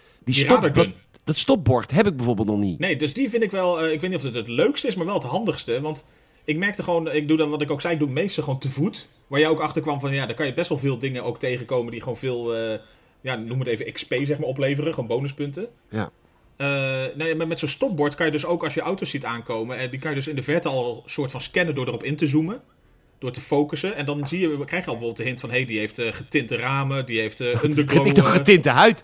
Dat stopbord heb ik bijvoorbeeld nog niet. Nee, dus die vind ik wel... ik weet niet of het leukste is, maar wel het handigste. Want ik merkte gewoon... Ik doe dan wat ik ook zei, ik doe het meeste gewoon te voet. Waar jij ook achter kwam van... Ja, daar kan je best wel veel dingen ook tegenkomen die gewoon veel... noem het even XP zeg maar opleveren. Gewoon bonuspunten. Ja. Met zo'n stopbord kan je dus ook als je auto's ziet aankomen... En die kan je dus in de verte al een soort van scannen door erop in te zoomen. Door te focussen. En dan krijg je al bijvoorbeeld de hint van... die heeft getinte ramen, die heeft underglow... Ik toch getinte huid?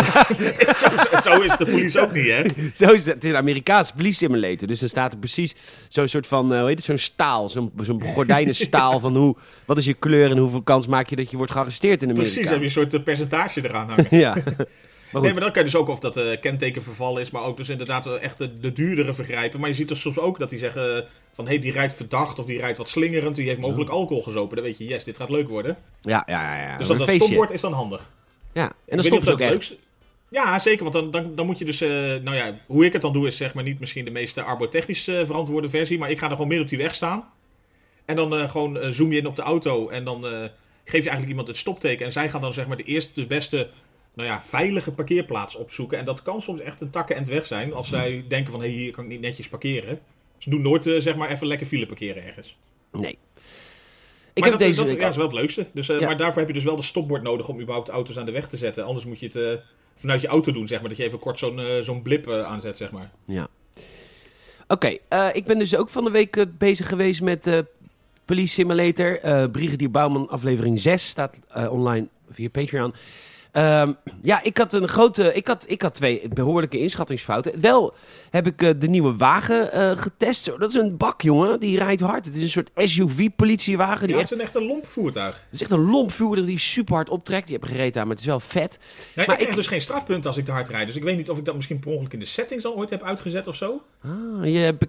zo is de police ook niet, hè? Zo is het. Het is een Amerikaans police simulator. Dus dan staat er precies zo'n soort van... zo'n staal. Zo'n gordijnenstaal van wat is je kleur... en hoeveel kans maak je dat je wordt gearresteerd in Amerika. Precies, heb je een soort percentage eraan hangen. Ja. Maar dan kan je dus ook of dat kentekenverval is... maar ook dus inderdaad echt de duurdere vergrijpen. Maar je ziet dus soms ook dat die zeggen... van die rijdt verdacht of die rijdt wat slingerend... die heeft mogelijk alcohol gezopen. Dan weet je, dit gaat leuk worden. Ja. Dus dat stopbord is dan handig. Ja, en dan stopt het ook echt. Leukste... Ja, zeker, want dan moet je dus... hoe ik het dan doe is zeg maar niet misschien de meest arbotechnisch verantwoorde versie... maar ik ga er gewoon midden op die weg staan. En dan gewoon zoom je in op de auto... en dan geef je eigenlijk iemand het stopteken... en zij gaan dan zeg maar de beste... veilige parkeerplaats opzoeken. En dat kan soms echt een takkenend weg zijn. Als zij denken van, hier kan ik niet netjes parkeren. Ze doen nooit, even lekker file parkeren ergens. Nee. Dat is wel het leukste. Dus, Maar daarvoor heb je dus wel de stopbord nodig om überhaupt auto's aan de weg te zetten. Anders moet je het vanuit je auto doen, zeg maar. Dat je even kort zo'n blip aanzet, zeg maar. Ja. Oké, ik ben dus ook van de week bezig geweest met Police Simulator. Brigadier Bouwman aflevering 6 staat online via Patreon. Ik had 2 behoorlijke inschattingsfouten. Wel heb ik de nieuwe wagen getest. Dat is een bak, jongen. Die rijdt hard. Het is een soort SUV-politiewagen. Het is echt een lomp voertuig. Het is echt een lomp voertuig die super hard optrekt. Die heb ik gereden aan, maar het is wel vet. Nee, maar ik krijg dus geen strafpunten als ik te hard rijd. Dus ik weet niet of ik dat misschien per ongeluk in de settings al ooit heb uitgezet of zo. Je hebt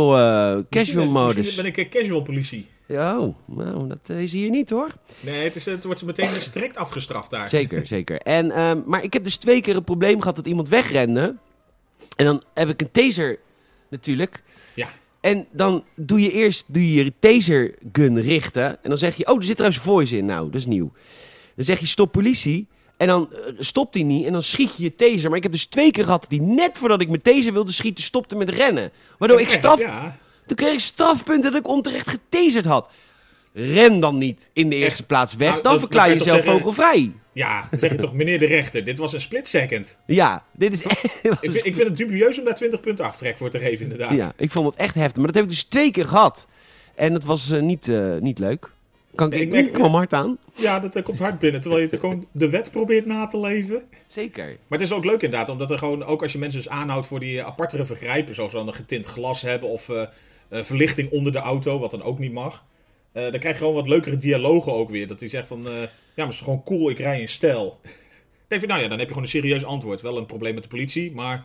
casual modus. Misschien ben ik casual politie. Oh, nou, dat is hier niet hoor. Nee, het wordt meteen strikt afgestraft daar. Zeker. Maar ik heb dus 2 keer het probleem gehad dat iemand wegrende. En dan heb ik een taser natuurlijk. Ja. En dan doe je tasergun richten. En dan zeg je, er zit trouwens voice in. Nou, dat is nieuw. Dan zeg je stop politie. En dan stopt hij niet. En dan schiet je taser. Maar ik heb dus 2 keer gehad die net voordat ik mijn taser wilde schieten, stopte met rennen. Waardoor ik straf... Ja. Toen kreeg ik strafpunten dat ik onterecht getaserd had. Ren dan niet in de eerste plaats weg. Dan verklaar je jezelf vogelvrij. Ja, dan zeg je toch, meneer de rechter, dit was een split second. Ja, dit is... ik vind het dubieus om daar 20 punten aftrek voor te geven, inderdaad. Ja, ik vond het echt heftig. Maar dat heb ik dus 2 keer gehad. En dat was niet leuk. Ik kwam hard aan. Ja, dat komt hard binnen. Terwijl je gewoon de wet probeert na te leven. Zeker. Maar het is ook leuk inderdaad. Omdat er gewoon, ook als je mensen dus aanhoudt voor die apartere vergrijpen. Zoals we dan een getint glas hebben. Of verlichting onder de auto. Wat dan ook niet mag. Dan krijg je gewoon wat leukere dialogen ook weer. Dat hij zegt van, maar het is gewoon cool, ik rij in stijl. Dan denk je, dan heb je gewoon een serieus antwoord. Wel een probleem met de politie, maar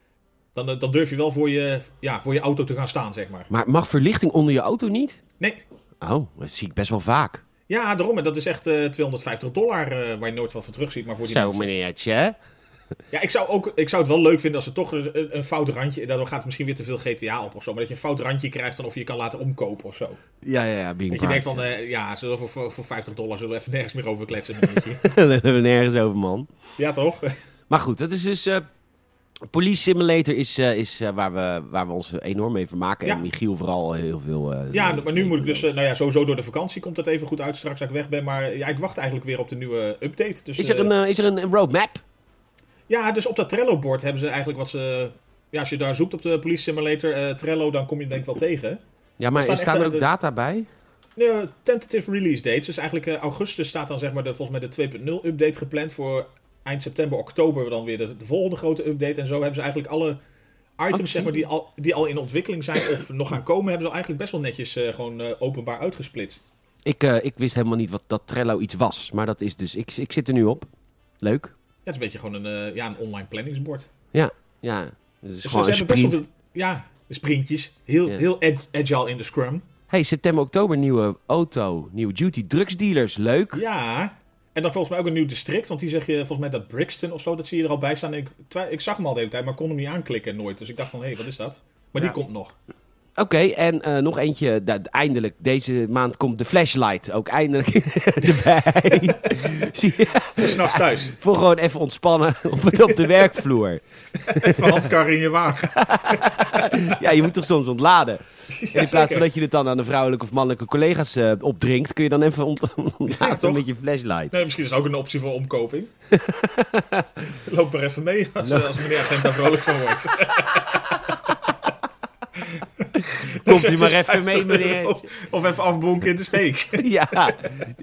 dan durf je wel voor je auto te gaan staan, zeg maar. Maar mag verlichting onder je auto niet? Nee. Oh, dat zie ik best wel vaak. Ja, daarom. En dat is echt $250 waar je nooit wat van terug ziet. Maar voor die mensen. Meneertje, hè? Ja, ik zou het wel leuk vinden als er toch een fout randje... Daardoor gaat het misschien weer te veel GTA op of zo. Maar dat je een fout randje krijgt dan of je je kan laten omkopen of zo. Ja. Dat je denkt van, zullen we voor $50 zullen we even nergens meer over kletsen. Daar hebben we nergens over, man. Ja, toch? Maar goed, dat is dus... Police Simulator is waar we ons enorm mee vermaken. Ja. En Michiel vooral heel veel... Maar nu moet ik dus... sowieso door de vakantie komt dat even goed uit straks als ik weg ben. Maar ja, ik wacht eigenlijk weer op de nieuwe update. Dus, is er een roadmap? Ja, dus op dat Trello-bord hebben ze eigenlijk wat ze... Ja, als je daar zoekt op de Police Simulator Trello, dan kom je denk ik wel tegen. Ja, maar staan er ook data bij? Tentative release dates. Dus eigenlijk augustus staat dan zeg maar volgens mij de 2.0 update gepland voor eind september, oktober dan weer de volgende grote update. En zo hebben ze eigenlijk alle items zeg maar, die al in ontwikkeling zijn of nog gaan komen, hebben ze al eigenlijk best wel netjes gewoon openbaar uitgesplitst. Ik wist helemaal niet wat dat Trello iets was. Maar dat is dus... Ik zit er nu op. Leuk. Ja, het is een beetje gewoon een online planningsbord. Ja. Het is dus gewoon een sprint. Best wel sprintjes. Heel agile in de scrum. Hey, september, oktober, nieuwe auto, nieuwe duty, drugsdealers, leuk. Ja, en dan volgens mij ook een nieuw district, want die zeg je volgens mij dat Brixton of zo, dat zie je er al bij staan. Ik zag hem al de hele tijd, maar kon hem niet aanklikken nooit. Dus ik dacht van, hé, wat is dat? Maar die komt nog. Oké, en nog eentje, eindelijk, deze maand komt de Flashlight ook eindelijk erbij. Voor 's nachts thuis. Voor gewoon even ontspannen op de werkvloer. Even handkarren in je wagen. Ja, je moet toch soms ontladen. En in plaats van dat je het dan aan de vrouwelijke of mannelijke collega's opdrinkt, kun je dan even ontladen met je Flashlight. Nee, misschien is dat ook een optie voor omkoping. Loop maar even mee als meneer agent daar vrolijk van wordt. Komt u maar even mee, meneer. Of even afbonken in de steek. Ja.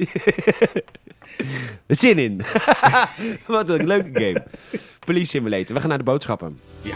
Zin in. Wat een leuke game. Police Simulator. We gaan naar de boodschappen. Ja.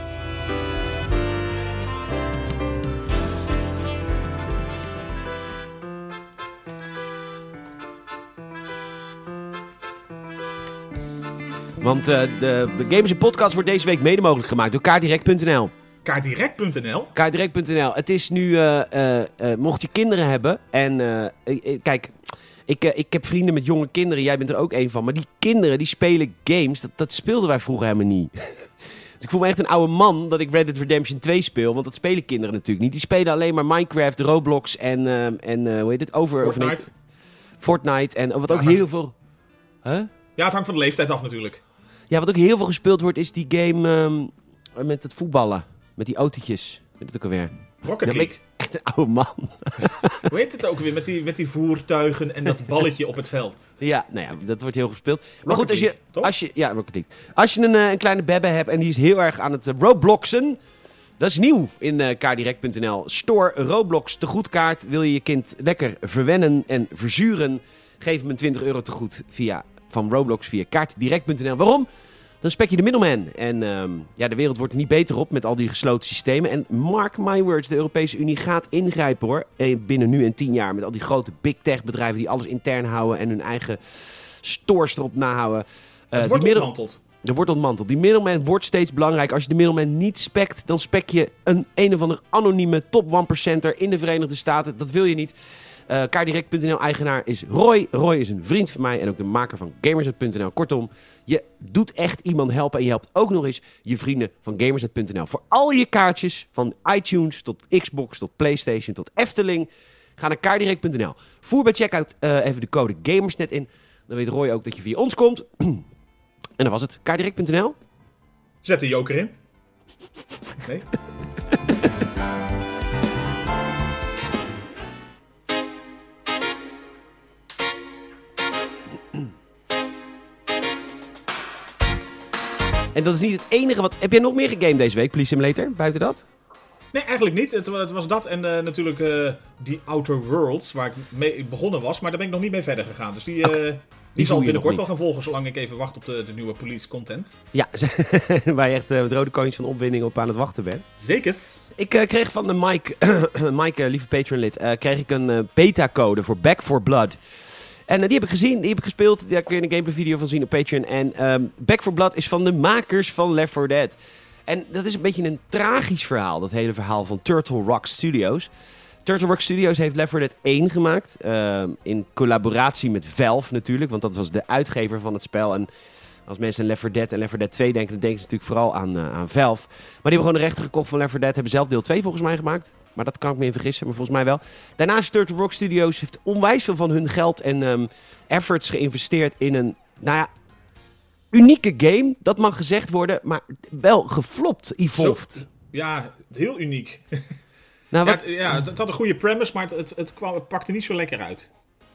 Want de Gamers Podcast wordt deze week mede mogelijk gemaakt door kaartdirect.nl. Kaartdirect.nl? Kaartdirect.nl. Het is nu, mocht je kinderen hebben en kijk, ik heb vrienden met jonge kinderen, jij bent er ook een van, maar die kinderen die spelen games, dat speelden wij vroeger helemaal niet. Dus ik voel me echt een oude man dat ik Red Dead Redemption 2 speel, want dat spelen kinderen natuurlijk niet. Die spelen alleen maar Minecraft, Roblox en hoe heet het? Fortnite en wat ook heel veel... Huh? Ja, het hangt van de leeftijd af natuurlijk. Ja, wat ook heel veel gespeeld wordt is die game met het voetballen. Met die autootjes. Weet het ook alweer? Rocket League. Echt een oude man. Hoe heet het ook weer? Met die voertuigen en dat balletje op het veld. Ja, nou ja, dat wordt heel gespeeld. Rocket Maar goed, Rocket League. Als je een kleine bebbe hebt en die is heel erg aan het Robloxen. Dat is nieuw in kaartdirect.nl. Store Roblox tegoedkaart. Wil je je kind lekker verwennen en verzuren? Geef hem een €20 tegoed van Roblox via kaartdirect.nl. Waarom? Dan spek je de middleman. En de wereld wordt er niet beter op met al die gesloten systemen. En mark my words, de Europese Unie gaat ingrijpen hoor. Binnen nu en 10 jaar met al die grote big tech bedrijven die alles intern houden en hun eigen stores erop nahouden. Het wordt ontmanteld. Er wordt ontmanteld. Die middleman wordt steeds belangrijk. Als je de middleman niet spekt, dan spek je een of ander anonieme top 1%er in de Verenigde Staten. Dat wil je niet. Kaartdirect.nl eigenaar is Roy. Roy is een vriend van mij en ook de maker van Gamersnet.nl. Kortom, je doet echt iemand helpen en je helpt ook nog eens je vrienden van Gamersnet.nl. Voor al je kaartjes, van iTunes tot Xbox tot PlayStation tot Efteling, ga naar kaartdirect.nl. Voer bij checkout even de code Gamersnet in. Dan weet Roy ook dat je via ons komt. En dat was het. Kaartdirect.nl. Zet de joker in. Nee? En dat is niet het enige wat... Heb jij nog meer gegamed deze week, Police Simulator, buiten dat? Nee, eigenlijk niet. Het was dat en natuurlijk die Outer Worlds, waar ik mee begonnen was. Maar daar ben ik nog niet mee verder gegaan. Dus die zal binnenkort wel gaan volgen, zolang ik even wacht op de nieuwe police content. Ja, waar je echt met rode coins van opwinding op aan het wachten bent. Zeker. Ik kreeg van de Mike, lieve Patreon-lid, kreeg ik een beta-code voor Back 4 Blood. En die heb ik gezien, die heb ik gespeeld. Daar kun je een gameplay video van zien op Patreon. En Back 4 Blood is van de makers van Left 4 Dead. En dat is een beetje een tragisch verhaal, dat hele verhaal van Turtle Rock Studios. Turtle Rock Studios heeft Left 4 Dead 1 gemaakt. In collaboratie met Valve natuurlijk, want dat was de uitgever van het spel. En als mensen aan Left 4 Dead en Left 4 Dead 2 denken, dan denken ze natuurlijk vooral aan Valve. Maar die hebben gewoon de rechten gekocht van Left 4 Dead. Hebben zelf deel 2 volgens mij gemaakt. Maar dat kan ik me in vergissen, maar volgens mij wel. Daarnaast Turtle Rock Studios heeft onwijs veel van hun geld en efforts geïnvesteerd in een, unieke game, dat mag gezegd worden, maar wel geflopt, Evolved. Ja, heel uniek. Nou, het had een goede premise, maar het pakte niet zo lekker uit.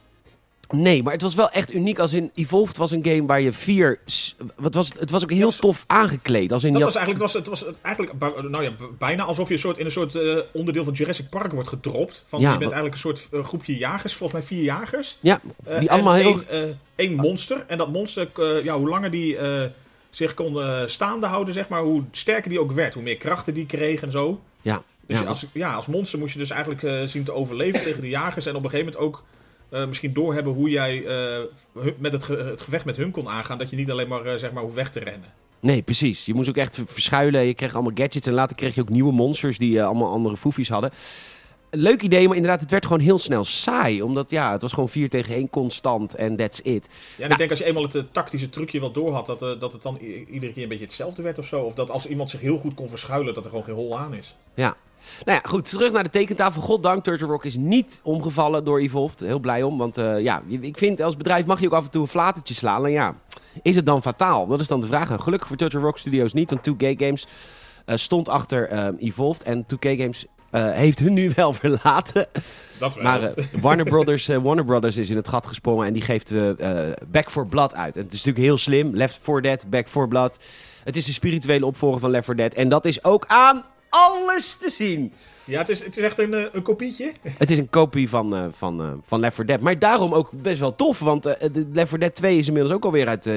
Nee, maar het was wel echt uniek. Als in Evolved was een game waar je 4... Het was ook heel tof aangekleed. Als in het was eigenlijk bijna alsof je in een soort onderdeel van Jurassic Park wordt gedropt. Je bent eigenlijk een soort groepje jagers, volgens mij 4 jagers. Ja, die allemaal heel... Één monster. En dat monster, hoe langer die zich kon staande houden, zeg maar, hoe sterker die ook werd. Hoe meer krachten die kreeg en zo. Ja. Dus als monster moest je dus eigenlijk zien te overleven tegen de jagers. En op een gegeven moment ook misschien doorhebben hoe jij met het gevecht met hun kon aangaan. Dat je niet alleen maar, zeg maar, hoeft weg te rennen. Nee, precies. Je moest ook echt verschuilen. Je kreeg allemaal gadgets. En later kreeg je ook nieuwe monsters die allemaal andere foefies hadden. Leuk idee, maar inderdaad, het werd gewoon heel snel saai. Omdat het was gewoon 4 tegen 1 constant en that's it. Ja, en ik denk als je eenmaal het tactische trucje wel door had, dat het dan iedere keer een beetje hetzelfde werd of zo. Of dat als iemand zich heel goed kon verschuilen, dat er gewoon geen hol aan is. Ja. Nou ja, goed, terug naar de tekentafel. Goddank, Turtle Rock is niet omgevallen door Evolved. Heel blij om, want ik vind als bedrijf mag je ook af en toe een flatertje slaan. En ja, is het dan fataal? Dat is dan de vraag. En gelukkig voor Turtle Rock Studios niet, want 2K Games stond achter Evolved. En 2K Games heeft hun nu wel verlaten. Dat wel. Maar Warner Brothers is in het gat gesprongen en die geeft Back 4 Blood uit. En het is natuurlijk heel slim. Left 4 Dead, Back 4 Blood. Het is de spirituele opvolger van Left 4 Dead. En dat is ook aan alles te zien. Ja, het is echt een kopietje. Het is een kopie van Left 4 Dead. Maar daarom ook best wel tof. Want Left 4 Dead 2 is inmiddels ook alweer uit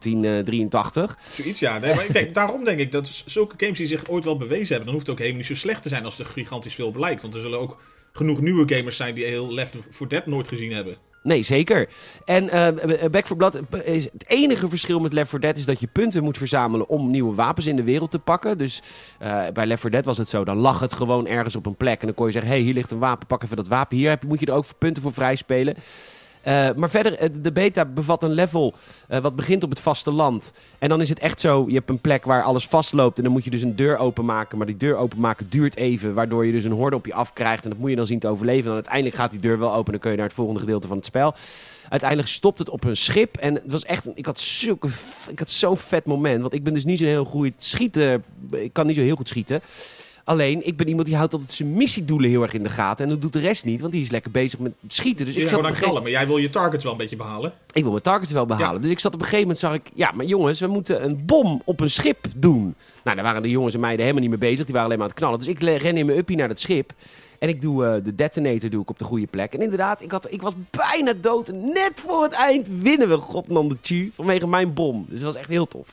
1983. Zoiets, ja. Nee, maar daarom denk ik dat zulke games die zich ooit wel bewezen hebben, dan hoeft het ook helemaal niet zo slecht te zijn als er gigantisch veel blijkt. Want er zullen ook genoeg nieuwe gamers zijn die heel Left 4 Dead nooit gezien hebben. Nee, zeker. En Back 4 Blood is het enige verschil met Left 4 Dead is dat je punten moet verzamelen om nieuwe wapens in de wereld te pakken. Dus bij Left 4 Dead was het zo, dan lag het gewoon ergens op een plek. En dan kon je zeggen, hey, hier ligt een wapen, pak even dat wapen. Hier moet je er ook punten voor vrijspelen. Maar verder, de beta bevat een level wat begint op het vasteland. En dan is het echt zo, je hebt een plek waar alles vastloopt en dan moet je dus een deur openmaken. Maar die deur openmaken duurt even, waardoor je dus een horde op je afkrijgt. En dat moet je dan zien te overleven. En dan uiteindelijk gaat die deur wel open en dan kun je naar het volgende gedeelte van het spel. Uiteindelijk stopt het op een schip. En het was echt, ik had zo'n vet moment. Want ik ben dus niet zo heel goed schieten. Ik kan niet zo heel goed schieten. Alleen, ik ben iemand die houdt altijd zijn missiedoelen heel erg in de gaten. En dat doet de rest niet, want die is lekker bezig met schieten. Dus ik zat maar jij wil je targets wel een beetje behalen. Ik wil mijn targets wel behalen. Ja. Dus ik zat op een gegeven moment, zag ik, ja, maar jongens, we moeten een bom op een schip doen. Nou, daar waren de jongens en meiden helemaal niet mee bezig. Die waren alleen maar aan het knallen. Dus ik ren in mijn uppie naar dat schip. En ik doe de detonator op de goede plek. En inderdaad, ik was bijna dood. En net voor het eind winnen we godman de tju vanwege mijn bom. Dus dat was echt heel tof.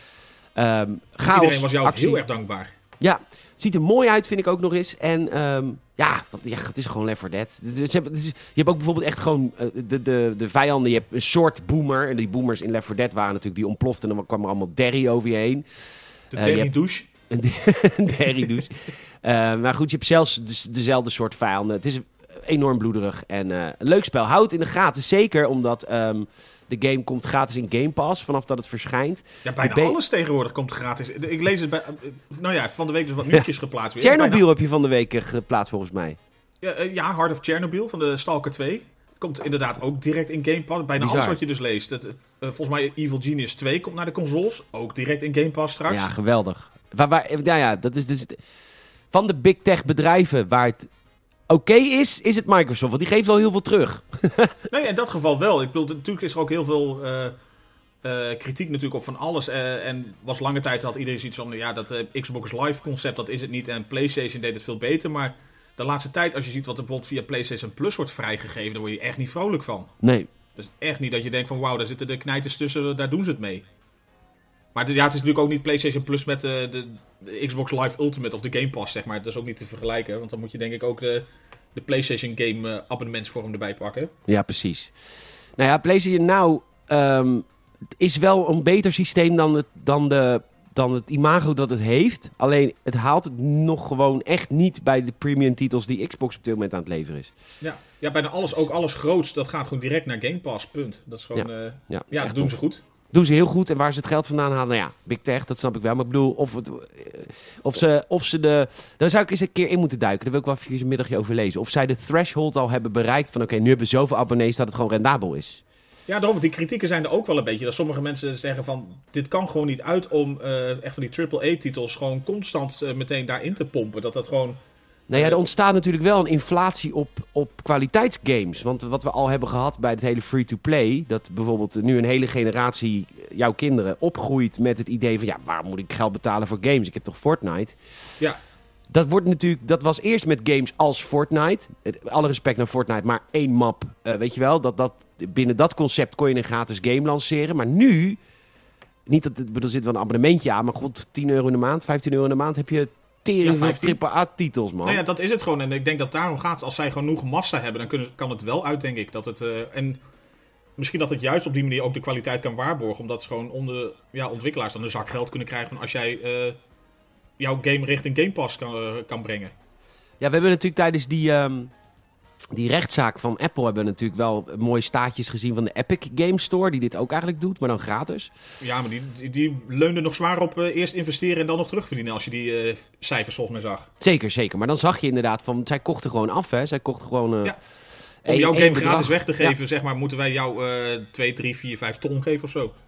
Chaos, iedereen was jou actie. Heel erg dankbaar. Ja, ziet er mooi uit, vind ik ook nog eens. En het is gewoon Left 4 Dead. Je hebt ook bijvoorbeeld echt gewoon de vijanden. Je hebt een soort boomer. En die boomers in Left 4 Dead waren natuurlijk die ontploften. En dan kwam er allemaal derry over je heen. De derry-douche. Een derry-douche. Maar goed, je hebt zelfs dezelfde soort vijanden. Het is enorm bloederig en een leuk spel. Houd het in de gaten, zeker omdat de game komt gratis in Game Pass vanaf dat het verschijnt. Ja, bijna alles tegenwoordig komt gratis. Ik lees het van de week dus wat nieuwtjes geplaatst. Weer. Chernobyl heb je van de week geplaatst volgens mij. Ja, Heart of Chernobyl van de Stalker 2. Komt inderdaad ook direct in Game Pass. Bijna alles wat je dus leest. Volgens mij Evil Genius 2 komt naar de consoles. Ook direct in Game Pass straks. Ja, geweldig. Dat is dus van de big tech bedrijven waar het oké is het Microsoft. Want die geeft wel heel veel terug. Nee, in dat geval wel. Ik bedoel, natuurlijk is er ook heel veel kritiek natuurlijk op van alles. En was lange tijd had iedereen zoiets van, ja, dat Xbox Live concept, dat is het niet. En PlayStation deed het veel beter. Maar de laatste tijd, als je ziet wat er bijvoorbeeld via PlayStation Plus wordt vrijgegeven, daar word je echt niet vrolijk van. Nee. Dus echt niet dat je denkt van, wauw, daar zitten de knijters tussen, daar doen ze het mee. Maar het is natuurlijk ook niet PlayStation Plus met de Xbox Live Ultimate of de Game Pass, zeg maar. Dat is ook niet te vergelijken, want dan moet je denk ik ook de PlayStation Game abonnementsvorm erbij pakken. Ja, precies. Nou ja, PlayStation Now is wel een beter systeem dan het imago dat het heeft. Alleen, het haalt het nog gewoon echt niet bij de premium titels die Xbox op dit moment aan het leveren is. Ja, bijna alles, ook alles groots, dat gaat gewoon direct naar Game Pass, punt. Dat is gewoon, dat doen ze goed. Doen ze heel goed. En waar ze het geld vandaan halen, nou ja, Big Tech, dat snap ik wel. Maar ik bedoel, daar zou ik eens een keer in moeten duiken. Daar wil ik wel even een middagje over lezen. Of zij de threshold al hebben bereikt van, oké, nu hebben we zoveel abonnees dat het gewoon rendabel is. Ja, daarom, die kritieken zijn er ook wel een beetje. Dat sommige mensen zeggen van, dit kan gewoon niet uit om echt van die AAA-titels gewoon constant meteen daarin te pompen. Dat gewoon... Nou ja, er ontstaat natuurlijk wel een inflatie op kwaliteitsgames. Want wat we al hebben gehad bij het hele free-to-play... dat bijvoorbeeld nu een hele generatie jouw kinderen opgroeit met het idee van... ja, waarom moet ik geld betalen voor games? Ik heb toch Fortnite? Ja. Dat was eerst met games als Fortnite. Alle respect naar Fortnite, maar 1 map. Weet je wel, binnen dat concept kon je een gratis game lanceren. Maar nu, niet dat er zit wel een abonnementje aan... maar god, €10 in de maand, €15 in de maand heb je... tering van AAA-titels, man. Nou ja, dat is het gewoon. En ik denk dat daarom gaat, als zij genoeg massa hebben, dan kan het wel uit, denk ik. Dat het, en misschien dat het juist op die manier ook de kwaliteit kan waarborgen. Omdat ze gewoon ontwikkelaars dan een zak geld kunnen krijgen van als jij jouw game richting Game Pass kan brengen. Ja, we hebben natuurlijk tijdens die rechtszaak van Apple hebben we natuurlijk wel mooie staatjes gezien van de Epic Game Store, die dit ook eigenlijk doet, maar dan gratis. Ja, maar die leunde nog zwaar op eerst investeren en dan nog terugverdienen als je die cijfers volgens mij zag. Zeker. Maar dan zag je inderdaad van, zij kochten gewoon af, hè. Zij kochten gewoon... Ja. Om jouw game gratis weg te geven, zeg maar, moeten wij jou 2, 3, 4, 5 ton geven of zo.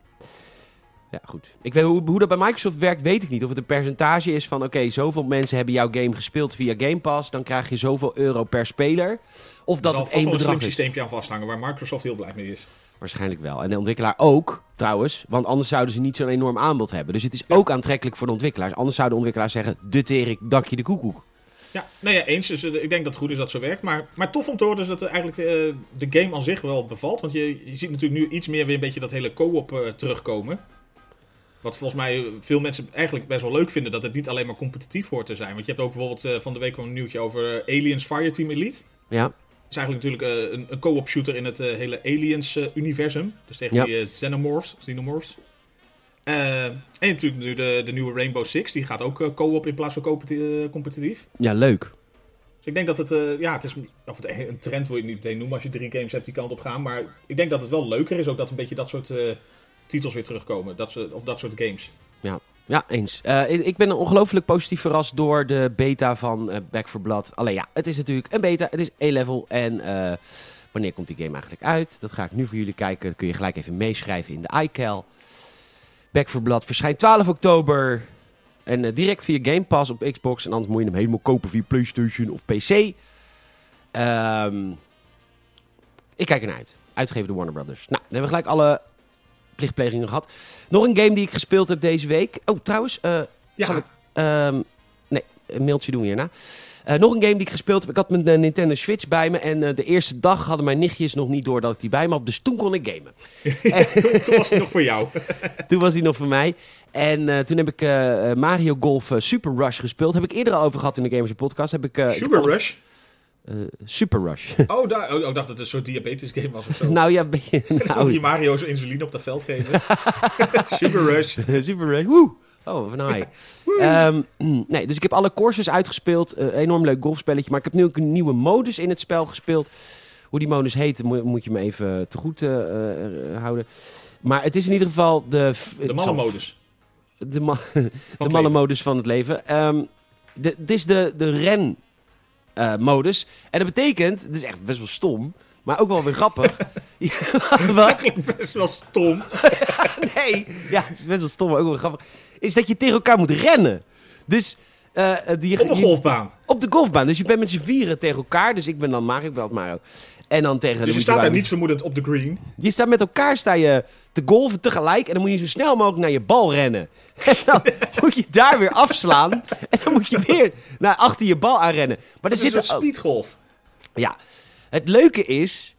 Ja, goed. Ik weet hoe dat bij Microsoft werkt, weet ik niet. Of het een percentage is van, oké, zoveel mensen hebben jouw game gespeeld via Game Pass, dan krijg je zoveel euro per speler. Of dat het één bedrag is. Er zal vast wel een slim systeempje aan vasthangen, waar Microsoft heel blij mee is. Waarschijnlijk wel. En de ontwikkelaar ook, trouwens. Want anders zouden ze niet zo'n enorm aanbod hebben. Dus het is ook aantrekkelijk voor de ontwikkelaars. Anders zouden de ontwikkelaars zeggen, de tering, dakje de koekoek. Ja, nou ja, eens. Dus ik denk dat het goed is dat het zo werkt. Maar tof om te horen dus dat eigenlijk de game aan zich wel bevalt. Want je ziet natuurlijk nu iets meer weer een beetje dat hele co-op terugkomen. Wat volgens mij veel mensen eigenlijk best wel leuk vinden. Dat het niet alleen maar competitief hoort te zijn. Want je hebt ook bijvoorbeeld van de week wel een nieuwtje over Aliens Fireteam Elite. Ja. Dat is eigenlijk natuurlijk een co-op shooter in het hele Aliens-universum. Dus tegen die Xenomorphs. En natuurlijk nu de nieuwe Rainbow Six. Die gaat ook co-op in plaats van competitief. Ja, leuk. Dus ik denk dat het, het is een trend wil je niet meteen noemen als je 3 games hebt die kant op gaan. Maar ik denk dat het wel leuker is ook dat een beetje dat soort titels weer terugkomen. Dat soort games. Ja, eens. Ik ben ongelooflijk positief verrast door de beta van Back 4 Blood. Alleen ja, het is natuurlijk een beta. Het is A-level. En wanneer komt die game eigenlijk uit? Dat ga ik nu voor jullie kijken. Dat kun je gelijk even meeschrijven in de iCal. Back 4 Blood verschijnt 12 oktober. En direct via Game Pass op Xbox. En anders moet je hem helemaal kopen via PlayStation of PC. Ik kijk ernaar uit. Uitgegeven door Warner Brothers. Nou, dan hebben we gelijk alle plichtplegingen gehad. Nog een game die ik gespeeld heb deze week. Oh, trouwens. Zal ik, een mailtje doen we hierna. Nog een game die ik gespeeld heb. Ik had mijn Nintendo Switch bij me. En de eerste dag hadden mijn nichtjes nog niet door dat ik die bij me had. Dus toen kon ik gamen. Toen was hij nog voor jou. Toen was hij nog voor mij. En toen heb ik Mario Golf Super Rush gespeeld. Heb ik eerder al over gehad in de Gamers Podcast. Super Rush? Super Rush. Ik dacht dat het een soort diabetes game was of zo. Nou ja, Moet je Mario zijn insuline op dat veld geven. Super Rush. Super Rush. Woe! Oh, van high. Nee, dus ik heb alle courses uitgespeeld. Enorm leuk golfspelletje. Maar ik heb nu ook een nieuwe modus in het spel gespeeld. Hoe die modus heet, moet je me even te goed houden. Maar het is in ieder geval de mannenmodus. De mannenmodus van het leven. Het is de ren modus. En dat betekent, het is echt best wel stom, maar ook wel weer grappig. Wat? Best wel stom. Nee, ja, het is best wel stom, maar ook wel grappig. Is dat je tegen elkaar moet rennen. Dus op een golfbaan. Op de golfbaan. Dus je bent met z'n vieren tegen elkaar. Dus ik ben dan Mario, ik ben Mario. En dan tegen. Dus je staat daar niet vermoedend op de green. Je staat met elkaar te golven tegelijk. En dan moet je zo snel mogelijk naar je bal rennen. En dan moet je daar weer afslaan. En dan moet je weer naar achter je bal aanrennen. Maar dat is een speedgolf. Ja. Het leuke is,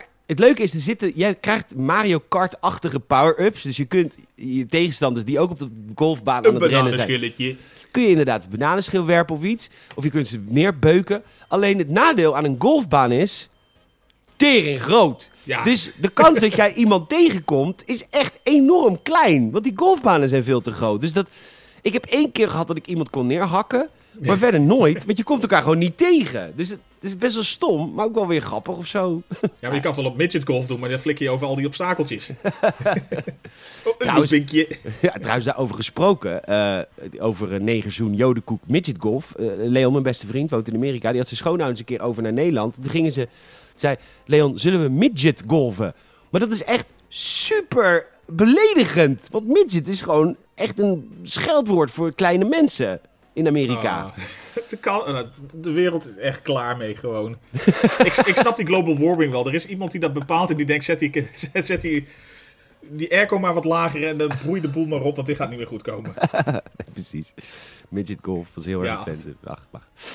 jij krijgt Mario Kart-achtige power-ups. Dus je kunt je tegenstanders die ook op de golfbaan aan het rennen zijn, kun je inderdaad een bananenschil werpen of iets. Of je kunt ze meer beuken. Alleen het nadeel aan een golfbaan is tering groot. Ja. Dus de kans dat jij iemand tegenkomt is echt enorm klein. Want die golfbanen zijn veel te groot. Dus ik heb 1 keer gehad dat ik iemand kon neerhakken. Maar verder nooit. Want je komt elkaar gewoon niet tegen. Dus het is best wel stom, maar ook wel weer grappig of zo. Ja, maar je kan het wel op midget golf doen, maar dan flik je over al die obstakeltjes. Trouwens, daarover gesproken. Over een negerzoen jodenkoek midget golf. Leon, mijn beste vriend, woont in Amerika. Die had zijn schoonouders een keer over naar Nederland. Toen zei Leon, zullen we midget golven? Maar dat is echt super beledigend. Want midget is gewoon echt een scheldwoord voor kleine mensen in Amerika. De wereld is echt klaar mee gewoon. ik snap die global warming wel. Er is iemand die dat bepaalt en die denkt, zet die airco maar wat lager en dan broei de boel maar op, want dit gaat niet meer goed komen. Precies. Midget golf was heel erg offensive. Ach.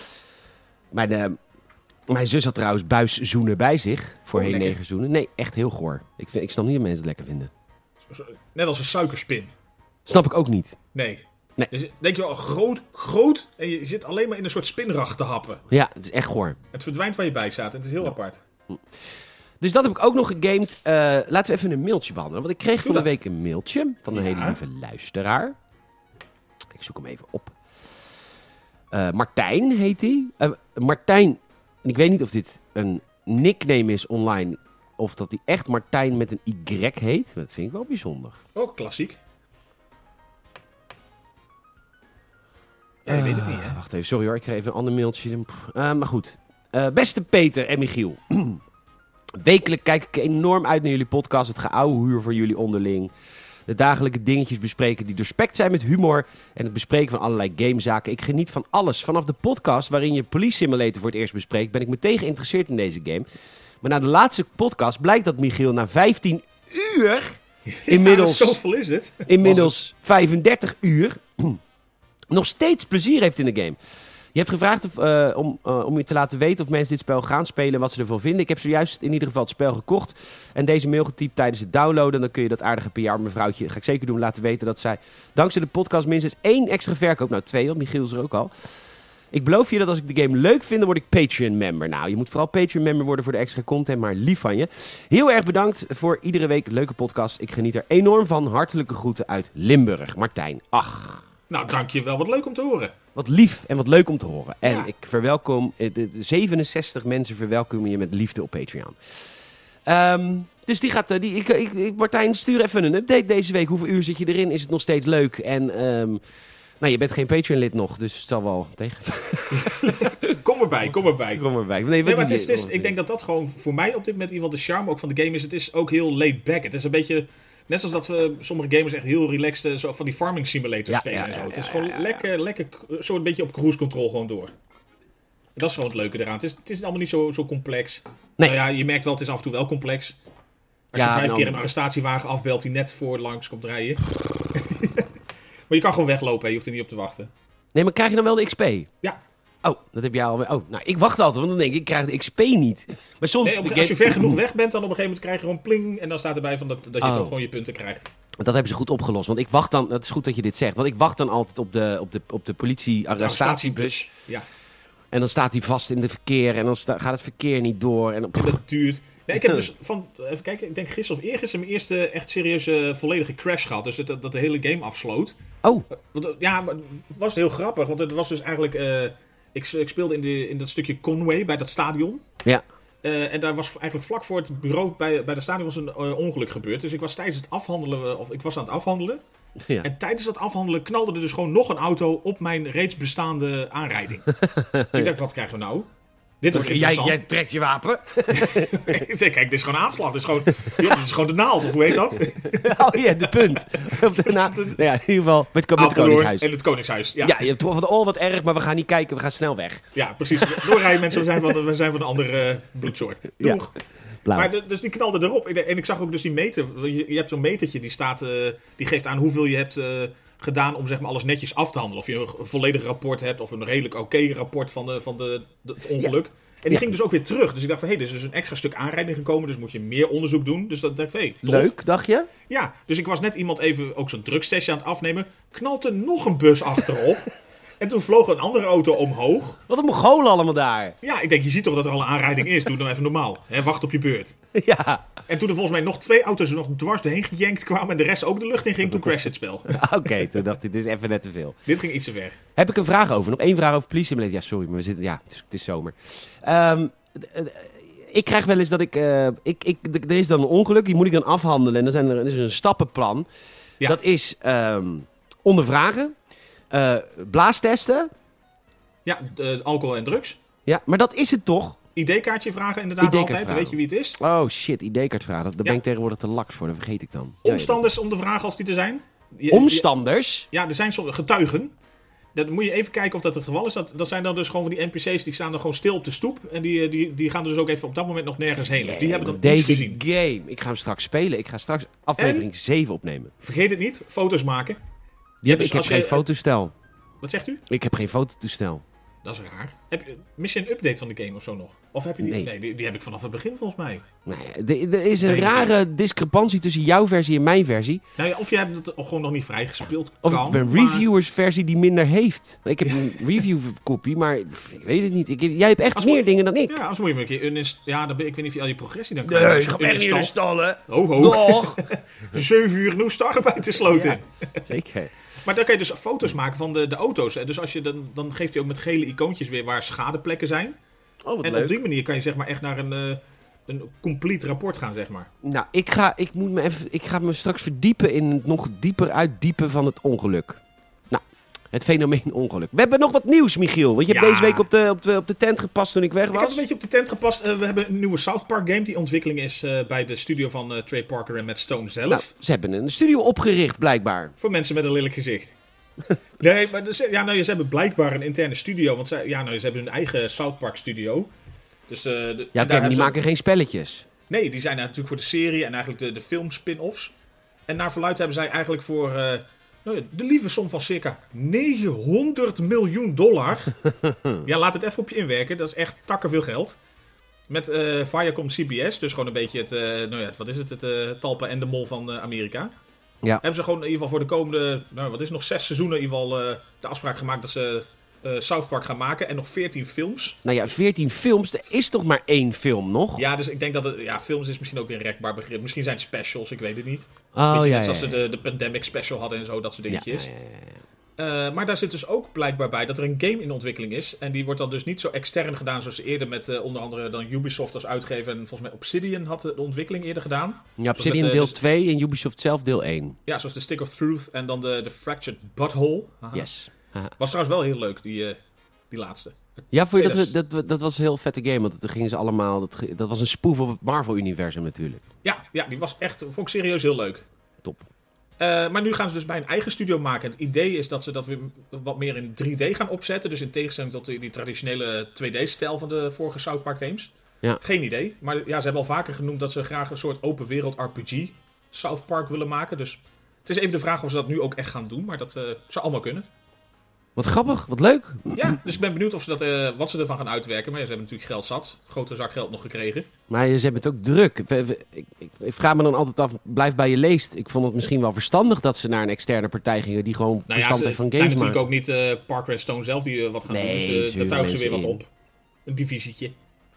Mijn zus had trouwens buiszoenen bij zich. Voorheen negerzoenen. Nee, echt heel goor. Ik snap niet dat mensen het lekker vinden. Net als een suikerspin. Snap ik ook niet. Nee. Dus denk je wel, groot en je zit alleen maar in een soort spinrag te happen. Ja, het is echt goor. Het verdwijnt waar je bij staat en het is heel apart. Dus dat heb ik ook nog gegamed. Laten we even een mailtje behandelen. Want ik kreeg van de week een mailtje van een hele lieve luisteraar. Ik zoek hem even op. Martijn heet hij. Martijn, ik weet niet of dit een nickname is online of dat hij echt Martijn met een Y heet. Dat vind ik wel bijzonder. Ook klassiek. Ja, je weet het niet, hè? Wacht even, sorry hoor. Ik kreeg even een ander mailtje. Maar goed. Beste Peter en Michiel. Wekelijk kijk ik enorm uit naar jullie podcast. Het geouwehoer voor jullie onderling. De dagelijkse dingetjes bespreken die doorspekt zijn met humor. En het bespreken van allerlei gamezaken. Ik geniet van alles. Vanaf de podcast waarin je Police Simulator voor het eerst bespreekt, ben ik meteen geïnteresseerd in deze game. Maar na de laatste podcast blijkt dat Michiel na 15 uur... Inmiddels, zoveel is het. Inmiddels 35 uur... nog steeds plezier heeft in de game. Je hebt gevraagd om je te laten weten of mensen dit spel gaan spelen en wat ze ervan vinden. Ik heb zojuist in ieder geval het spel gekocht en deze mail getypt tijdens het downloaden. En dan kun je dat aardige PR-mevrouwtje, ga ik zeker doen, laten weten dat zij dankzij de podcast minstens 1 extra verkoop. Nou, 2, want Michiel is er ook al. Ik beloof je dat als ik de game leuk vind, dan word ik Patreon-member. Nou, je moet vooral Patreon-member worden voor de extra content, maar lief van je. Heel erg bedankt voor iedere week een leuke podcast. Ik geniet er enorm van. Hartelijke groeten uit Limburg. Martijn. Ach. Nou, dank je wel. Wat leuk om te horen. Wat lief en wat leuk om te horen. En ik verwelkom... De 67 mensen verwelkomen je met liefde op Patreon. Dus die gaat... Martijn, stuur even een update deze week. Hoeveel uur zit je erin? Is het nog steeds leuk? En... nou, je bent geen Patreon-lid nog, dus het zal wel tegen. Kom erbij. Kom erbij. Nee, maar het is, ik denk dat dat gewoon voor mij op dit moment in ieder geval de charme ook van de game is. Het is ook heel laid back. Het is een beetje... Net zoals dat sommige gamers echt heel relaxed zo van die farming simulator spelen en zo. Het is gewoon lekker zo een beetje op cruise control gewoon door. En dat is gewoon het leuke eraan. Het is allemaal niet zo complex. Nee. Nou ja, je merkt wel, het is af en toe wel complex. Als je 5 keer een arrestatiewagen afbelt die net voor langs komt rijden. Maar je kan gewoon weglopen, hè. Je hoeft er niet op te wachten. Nee, maar krijg je dan wel de XP? Ja. Oh, dat heb jij al. Oh, nou, ik wacht altijd, want dan denk ik krijg de XP niet. Maar soms... Nee, als je ver genoeg weg bent, dan op een gegeven moment krijg je gewoon pling. En dan staat erbij van dat je toch gewoon je punten krijgt. Dat hebben ze goed opgelost. Want ik wacht dan... Het is goed dat je dit zegt. Want ik wacht dan altijd op de politie-arrestatiebus. Ja. En dan staat hij vast in de verkeer. En dan gaat het verkeer niet door. En dat duurt... Nee, ik heb dus even kijken, ik denk gisteren of eergisteren mijn eerste echt serieuze volledige crash gehad. Dus dat de hele game afsloot. Oh. Ja, maar het was heel grappig. Want het was dus eigenlijk... Ik speelde in dat stukje Conway bij dat stadion. Ja. En daar was eigenlijk vlak voor het bureau bij dat stadion was een ongeluk gebeurd. Dus ik was tijdens het afhandelen, of ik was aan het afhandelen. Ja. En tijdens dat afhandelen knalde er dus gewoon nog een auto op mijn reeds bestaande aanrijding. Dus ik dacht, wat krijgen we nou? Dit is jij trekt je wapen. Ik zeg, kijk, dit is gewoon aanslag. Dit is gewoon de naald, of hoe heet dat? Oh ja, de punt. Ja, in ieder geval met het Koningshuis. En het Koningshuis, ja. Ja, je hebt wat erg, maar we gaan niet kijken. We gaan snel weg. Ja, precies. Doorrijden mensen, we zijn van een andere bloedsoort. Doeg. Ja. Maar dus die knalde erop. En ik zag ook dus die meter. Je hebt zo'n metertje die staat, die geeft aan hoeveel je hebt gedaan om zeg maar alles netjes af te handelen. Of je een volledig rapport hebt of een redelijk oké rapport van het ongeluk. Ja. En die ging dus ook weer terug. Dus ik dacht van, er is dus een extra stuk aanrijding gekomen. Dus moet je meer onderzoek doen. Dus dat dacht ik van, leuk, dacht je? Ja, dus ik was net iemand even ook zo'n drugstestje aan het afnemen. Knalt er nog een bus achterop. En toen vloog een andere auto omhoog. Wat een Mongolen allemaal daar. Ja, ik denk, je ziet toch dat er al een aanrijding is. Doe dan even normaal. Wacht op je beurt. Ja. En toen er volgens mij nog 2 auto's nog dwars doorheen gejankt kwamen. En de rest ook de lucht in ging. Toen crashte het spel. Oké, toen dacht ik, dit is even net te veel. Dit ging iets te ver. Heb ik een vraag over. Nog 1 vraag over Police Simulator. Ja, sorry, maar we zitten... Ja, het is zomer. Ik krijg wel eens dat er is dan een ongeluk. Die moet ik dan afhandelen. En dan is er een stappenplan. Ja. Dat is ondervragen. Blaastesten. Ja, alcohol en drugs. Ja, maar dat is het toch? ID-kaartje vragen inderdaad ID-kaart altijd. Dan vragen. weet je wie het is. Oh shit, ID-kaart vragen. Daar ben Ja. ik tegenwoordig te laks voor, dat vergeet ik dan. Omstanders om de vragen als die er zijn. Omstanders? Ja, er zijn soms getuigen. Dan moet je even kijken of dat het geval is. Dat zijn dan dus gewoon van die NPC's die staan dan gewoon stil op de stoep. En die gaan dus ook even op dat moment nog nergens heen. Dus die hebben dan iets Deze gezien. game. Ik ga hem straks spelen. Ik ga straks aflevering 7 opnemen. Vergeet het niet, foto's maken. Ik dus heb als geen je- fototoestel. Wat zegt u? Ik heb geen fototoestel. Dat is raar. Mis je een update van de game of zo nog? Of heb je die? Nee. Nee, die heb ik vanaf het begin volgens mij. Nee, er is een Nee, rare discrepantie tussen jouw versie en mijn versie. Nou ja, of je hebt het gewoon nog niet vrijgespeeld. Of kan, ik ben maar- reviewers versie die minder heeft. Ik heb een review kopie, maar ik weet het niet. Jij hebt echt Als meer moet- dingen dan ik. Ja, als moet je me een keer ja, dan ben ik weet niet of je al die progressie dan kan. installen. Ho, ho. Doch. 7 uur genoeg startarbeit te sloten. Ja. Zeker. Maar dan kan je dus foto's maken van de auto's. Dus als je dan geeft hij ook met gele icoontjes weer waar schadeplekken zijn. Oh, wat En leuk. op die manier kan je zeg maar echt naar een complete rapport gaan, zeg maar. Nou, ik ga me straks verdiepen in het nog dieper uitdiepen van het ongeluk. Nou, het fenomeen ongeluk. We hebben nog wat nieuws, Michiel. Want je hebt Ja. deze week op de tent gepast toen ik weg Ik heb was. een beetje op de tent gepast. We hebben een nieuwe South Park game. Die ontwikkeling is bij de studio van Trey Parker en Matt Stone zelf. Nou, ze hebben een studio opgericht, blijkbaar. Voor mensen met een lelijk gezicht. Nee, maar ze hebben blijkbaar een interne studio. Want ze hebben hun eigen South Park studio. Dus, Ja, en oké, daar maar hebben die ze- maken geen spelletjes. Nee, die zijn daar natuurlijk voor de serie en eigenlijk de film spin-offs. En naar verluidt hebben zij eigenlijk voor de lieve som van circa $900 miljoen. Ja, laat het even op je inwerken. Dat is echt takkenveel geld. Met Viacom CBS, dus gewoon een beetje het Talpa en de Mol van Amerika. Ja. Hebben ze gewoon in ieder geval voor de komende, 6 seizoenen in ieder geval de afspraak gemaakt dat ze South Park gaan maken. En nog 14 films. Nou ja, 14 films. Er is toch maar 1 film nog? Ja, dus ik denk dat films is misschien ook weer een rekbaar begrip. Misschien zijn het specials, ik weet het niet. Oh, Beetje ja, net ja, zoals ja. ze de Pandemic special hadden en zo, dat soort Ja, dingetjes. ja. Maar daar zit dus ook blijkbaar bij dat er een game in ontwikkeling is. En die wordt dan dus niet zo extern gedaan zoals ze eerder met onder andere dan Ubisoft als uitgever. En volgens mij Obsidian had de ontwikkeling eerder gedaan. Ja, Obsidian met, deel dus- 2 en Ubisoft zelf deel 1. Ja, zoals de Stick of Truth en dan de Fractured Butthole. Haha. Yes. Haha. Was trouwens wel heel leuk, die laatste. Ja, vond je Trailers. dat was een heel vette game. Want toen gingen ze allemaal... Dat was een spoof op het Marvel-universum natuurlijk. Ja, die was echt, vond ik serieus heel leuk. Top. Maar nu gaan ze dus bij een eigen studio maken. En het idee is dat ze dat weer wat meer in 3D gaan opzetten. Dus in tegenstelling tot die traditionele 2D-stijl van de vorige South Park games. Ja. Geen idee. Maar ja, ze hebben al vaker genoemd dat ze graag een soort open wereld RPG South Park willen maken. Dus het is even de vraag of ze dat nu ook echt gaan doen. Maar dat zou allemaal kunnen. Wat grappig, wat leuk. Ja, dus ik ben benieuwd of ze wat ze ervan gaan uitwerken. Maar ja, ze hebben natuurlijk geld zat. Grote zak geld nog gekregen. Maar ze hebben het ook druk. Ik vraag me dan altijd af, blijf bij je leest. Ik vond het misschien wel verstandig dat ze naar een externe partij gingen die gewoon Nou ja, verstand ze heeft van zijn games natuurlijk maken. ook niet Parker en Stone zelf die wat gaan Nee, doen. Dus daar sturen tuigen ze weer wat mensen op. Een divisietje.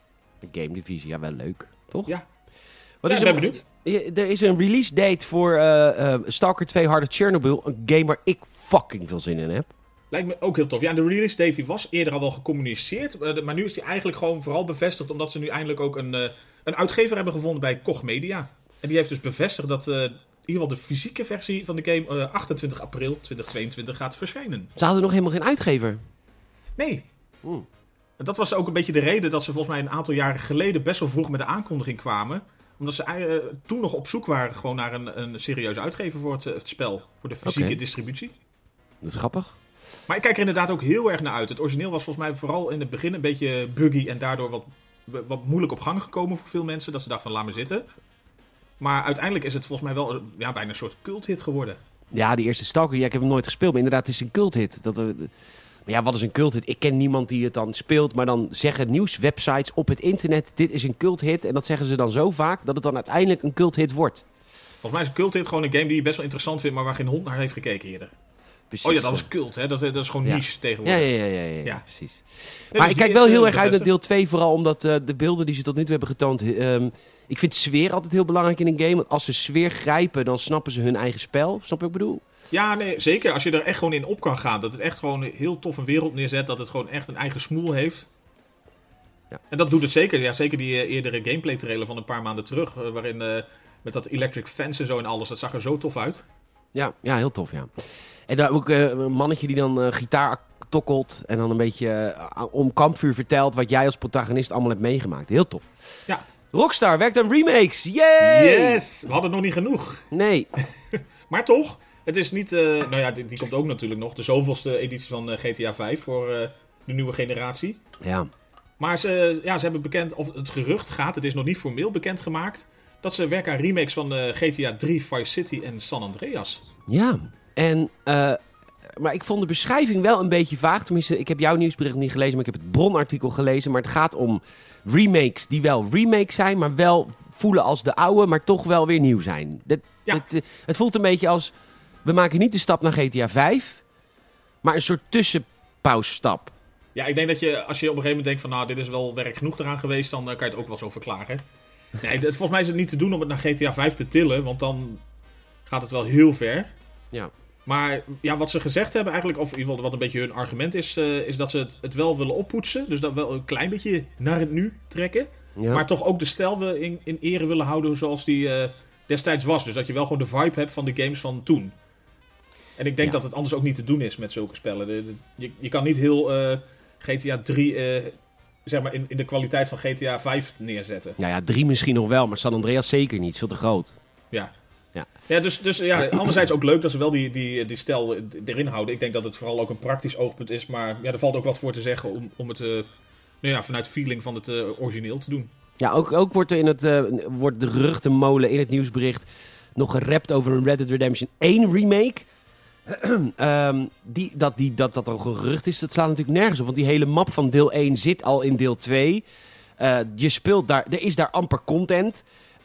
De game divisie, ja wel leuk, toch? Ja. Wat Ja, is ik er ben benieuwd. Er is een release date voor Stalker 2 Heart of Chernobyl. Een game waar ik fucking veel zin in heb. Lijkt me ook heel tof. Ja, de release date die was eerder al wel gecommuniceerd. Maar nu is die eigenlijk gewoon vooral bevestigd. Omdat ze nu eindelijk ook een uitgever hebben gevonden bij Koch Media. En die heeft dus bevestigd dat in ieder geval de fysieke versie van de game 28 april 2022 gaat verschijnen. Ze hadden nog helemaal geen uitgever. Nee. Oeh. En dat was ook een beetje de reden dat ze volgens mij een aantal jaren geleden best wel vroeg met de aankondiging kwamen. Omdat ze toen nog op zoek waren gewoon naar een serieuze uitgever voor het spel. Voor de fysieke Oké. distributie. Dat is grappig. Maar ik kijk er inderdaad ook heel erg naar uit. Het origineel was volgens mij vooral in het begin een beetje buggy en daardoor wat moeilijk op gang gekomen voor veel mensen. Dat ze dachten van laat me zitten. Maar uiteindelijk is het volgens mij wel bijna een soort culthit geworden. Ja, die eerste Stalker, ik heb hem nooit gespeeld. Maar inderdaad, het is een culthit. Maar ja, wat is een culthit? Ik ken niemand die het dan speelt. Maar dan zeggen nieuwswebsites op het internet, dit is een culthit. En dat zeggen ze dan zo vaak, dat het dan uiteindelijk een culthit wordt. Volgens mij is een culthit gewoon een game die je best wel interessant vindt, maar waar geen hond naar heeft gekeken eerder. Precies. Oh ja, dat is cult, hè? Dat is gewoon Ja. niche tegenwoordig. Ja, precies. Nee, Maar dus ik kijk die wel is, heel erg uit naar bevestigd. deel 2, vooral omdat de beelden die ze tot nu toe hebben getoond... ik vind sfeer altijd heel belangrijk in een game. Want als ze sfeer grijpen, dan snappen ze hun eigen spel. Snap je wat ik bedoel? Ja, nee, zeker. Als je er echt gewoon in op kan gaan. Dat het echt gewoon heel tof een wereld neerzet. Dat het gewoon echt een eigen smoel heeft. Ja. En dat doet het zeker. Ja, zeker die eerdere gameplay trailer van een paar maanden terug. Waarin met dat electric fence en zo en alles. Dat zag er zo tof uit. Ja, heel tof, ja. En daar ook een mannetje die dan tokkelt en dan een beetje om kampvuur vertelt wat jij als protagonist allemaal hebt meegemaakt. Heel tof. Ja. Rockstar werkt aan remakes. Yay! Yes! We hadden nog niet genoeg. Nee. Maar toch, het is niet... die komt ook natuurlijk nog. De zoveelste editie van GTA 5 voor de nieuwe generatie. Ja. Maar ze hebben bekend, of het gerucht gaat, het is nog niet formeel bekendgemaakt, dat ze werken aan remakes van GTA 3, Vice City en San Andreas. Ja, en... maar ik vond de beschrijving wel een beetje vaag. Tenminste, ik heb jouw nieuwsbericht niet gelezen, maar ik heb het bronartikel gelezen. Maar het gaat om remakes die wel remakes zijn, maar wel voelen als de oude, maar toch wel weer nieuw zijn. Het voelt een beetje als, we maken niet de stap naar GTA 5, maar een soort tussenpausstap. Ja, ik denk dat je, als je op een gegeven moment denkt van, nou, dit is wel werk genoeg eraan geweest, dan kan je het ook wel zo verklaren. Nee, volgens mij is het niet te doen om het naar GTA 5 te tillen, want dan gaat het wel heel ver. Ja. Maar ja, wat ze gezegd hebben eigenlijk, of in ieder geval wat een beetje hun argument is, is dat ze het wel willen oppoetsen. Dus dat wel een klein beetje naar het nu trekken. Ja. Maar toch ook de stijl in ere willen houden zoals die destijds was. Dus dat je wel gewoon de vibe hebt van de games van toen. En ik denk dat het anders ook niet te doen is met zulke spellen. Je kan niet heel GTA 3 zeg maar in de kwaliteit van GTA 5 neerzetten. Nou ja, 3 misschien nog wel, maar San Andreas zeker niet. Veel te groot. Ja. Ja. Ja, dus ja, anderzijds ook leuk dat ze wel die stijl erin houden. Ik denk dat het vooral ook een praktisch oogpunt is. Maar ja, er valt ook wat voor te zeggen om het vanuit feeling van het origineel te doen. Ja, ook wordt er wordt de geruchtenmolen in het nieuwsbericht nog gerapt over een Red Dead Redemption 1 remake. Dat er een gerucht is, dat slaat natuurlijk nergens op. Want die hele map van deel 1 zit al in deel 2. Je speelt daar, er is daar amper content.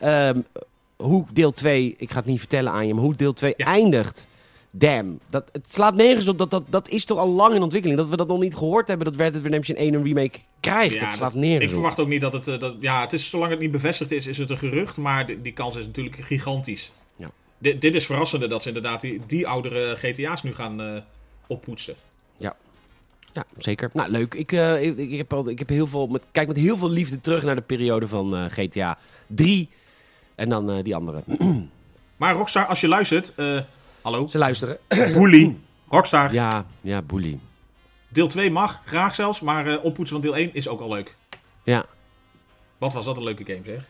Hoe deel 2, ik ga het niet vertellen aan je, maar hoe deel 2 eindigt. Damn. Het slaat nergens op. Dat is toch al lang in ontwikkeling. Dat we dat nog niet gehoord hebben, dat Red Dead Redemption 1 een remake krijgt. Ja, dat slaat nergens op. Ik verwacht ook niet dat het... het is, zolang het niet bevestigd is het een gerucht. Maar die kans is natuurlijk gigantisch. Ja. Dit is verrassender dat ze inderdaad die oudere GTA's nu gaan oppoetsen. Ja, zeker. Nou, leuk. Ik heb kijk met heel veel liefde terug naar de periode van GTA 3 en dan die andere. Maar Rockstar, als je luistert... hallo? Ze luisteren. Bully. Rockstar. Ja, bully. Deel 2 mag, graag zelfs, maar oppoetsen van deel 1 is ook al leuk. Ja. Wat was dat een leuke game, zeg.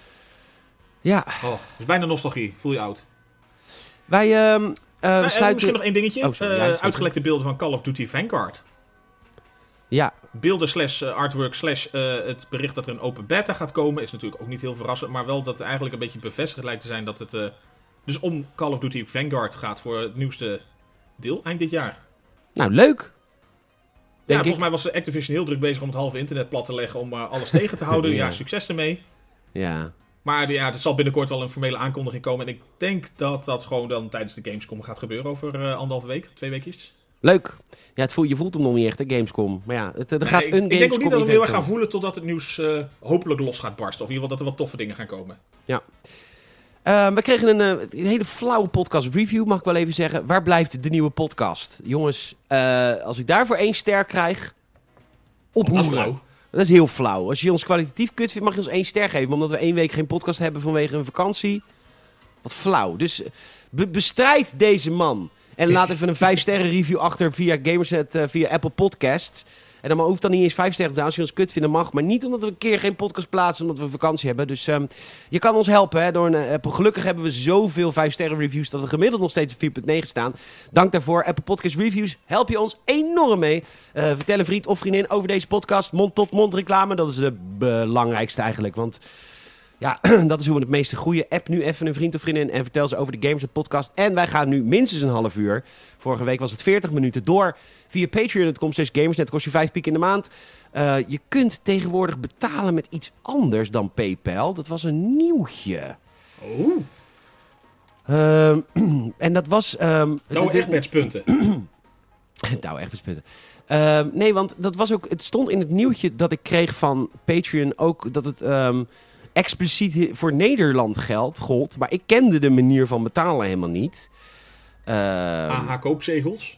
Ja. Oh, het is bijna nostalgie. Voel je oud. Wij sluiten... Misschien nog één dingetje. Uitgelekte sorry. beelden van Call of Duty Vanguard. Ja. Beelden / artwork / het bericht dat er een open beta gaat komen is natuurlijk ook niet heel verrassend. Maar wel dat het eigenlijk een beetje bevestigd lijkt te zijn dat het dus om Call of Duty Vanguard gaat voor het nieuwste deel eind dit jaar. Nou, leuk. Volgens mij was Activision heel druk bezig om het halve internet plat te leggen om alles tegen te houden. Ja, succes ermee. Ja. Maar er zal binnenkort wel een formele aankondiging komen. En ik denk dat dat gewoon dan tijdens de Gamescom gaat gebeuren over 1,5 week, 2 weekjes. Leuk. Ja, je voelt hem nog niet echt, de Gamescom. Maar ja, er gaat een Gamescom. Ik denk ook niet dat we heel erg gaan voelen totdat het nieuws hopelijk los gaat barsten. Of in ieder geval dat er wat toffe dingen gaan komen. Ja. We kregen een hele flauwe podcast review, mag ik wel even zeggen. Waar blijft de nieuwe podcast? Jongens, als ik daarvoor 1 ster krijg, ophoeren. Dat is flauw. Dat is heel flauw. Als je ons kwalitatief kut vindt, mag je ons 1 ster geven. Maar omdat we 1 week geen podcast hebben vanwege een vakantie. Wat flauw. Dus bestrijd deze man. En laat even een 5 sterren review achter via Gamersnet, via Apple Podcasts. En dan hoeft dan niet eens 5 sterren te zijn. Als je ons kut vindt, mag. Maar niet omdat we een keer geen podcast plaatsen, omdat we vakantie hebben. Dus je kan ons helpen hè, door een Apple. Gelukkig hebben we zoveel 5 sterren reviews dat we gemiddeld nog steeds op 4.9 staan. Dank daarvoor. Apple Podcast Reviews help je ons enorm mee. Vertel een vriend of vriendin over deze podcast. Mond-tot-mond reclame, dat is de belangrijkste eigenlijk. Want ja, dat is hoe we het meeste groeien. App nu even een vriend of vriendin en vertel ze over de Gamers podcast. En wij gaan nu minstens een half uur. Vorige week was het 40 minuten door. Via patreon.com/gamersnet kost je 5 piek in de maand. Je kunt tegenwoordig betalen met iets anders dan PayPal. Dat was een nieuwtje. Oh. En dat was... Egbertspunten. Egbertspunten. Nee, want dat was ook... Het stond in het nieuwtje dat ik kreeg van Patreon ook dat het... expliciet voor Nederland gold. Maar ik kende de manier van betalen helemaal niet. AH-koopzegels?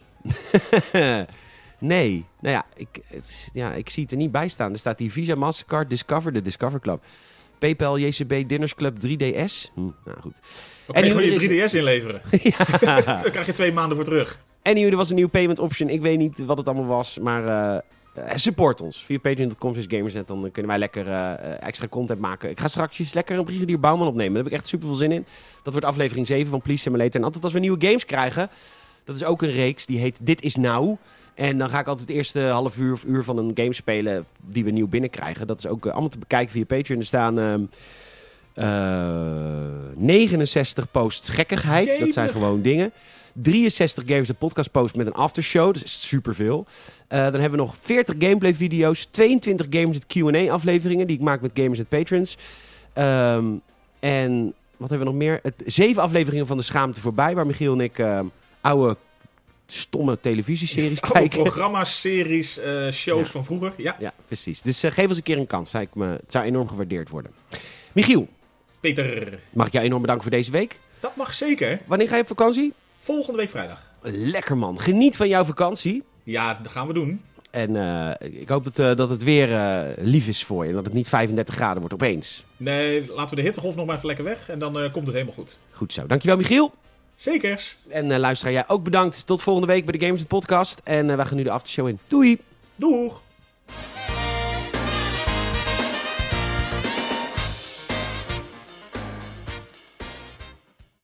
Nee. Nou ja, ik zie het er niet bij staan. Er staat hier Visa, Mastercard, Discover, de Discover Club. PayPal, JCB, Dinners Club, 3DS. Nou goed. Oké, gewoon je 3DS inleveren. Ja. Dan krijg je 2 maanden voor terug. Anyway, er was een nieuwe payment option. Ik weet niet wat het allemaal was, maar support ons. Via patreon.com/gamersnet, dan kunnen wij lekker extra content maken. Ik ga straks lekker een Brigadier Bouwman opnemen. Daar heb ik echt super veel zin in. Dat wordt aflevering 7 van Police Simulator. En altijd als we nieuwe games krijgen, dat is ook een reeks, die heet Dit is Nou. En dan ga ik altijd het eerste half uur of uur van een game spelen die we nieuw binnenkrijgen. Dat is ook allemaal te bekijken via Patreon. Er staan 69 posts gekkigheid. Jemig. Dat zijn gewoon dingen. 63 games de podcast post met een aftershow. Dat is superveel. Dan hebben we nog 40 gameplay video's. 22 games met Q&A afleveringen die ik maak met gamers en patrons. En wat hebben we nog meer? 7 afleveringen van De Schaamte Voorbij. Waar Michiel en ik oude stomme televisieseries kijken. Programma's, series, shows van vroeger. Ja, precies. Dus geef ons een keer een kans. Het zou enorm gewaardeerd worden. Michiel, Peter, mag ik jou enorm bedanken voor deze week. dat mag zeker. Wanneer ga je op vakantie? Volgende week vrijdag. Lekker man. Geniet van jouw vakantie. Ja, dat gaan we doen. En ik hoop dat het weer lief is voor je. En dat het niet 35 graden wordt opeens. Nee, laten we de hittegolf nog maar even lekker weg. En dan komt het helemaal goed. Goed zo. Dankjewel Michiel. Zekers. En luisteraar, jij ook bedankt. Tot volgende week bij de Gamers Podcast. En wij gaan nu de aftershow in. Doei! Doeg!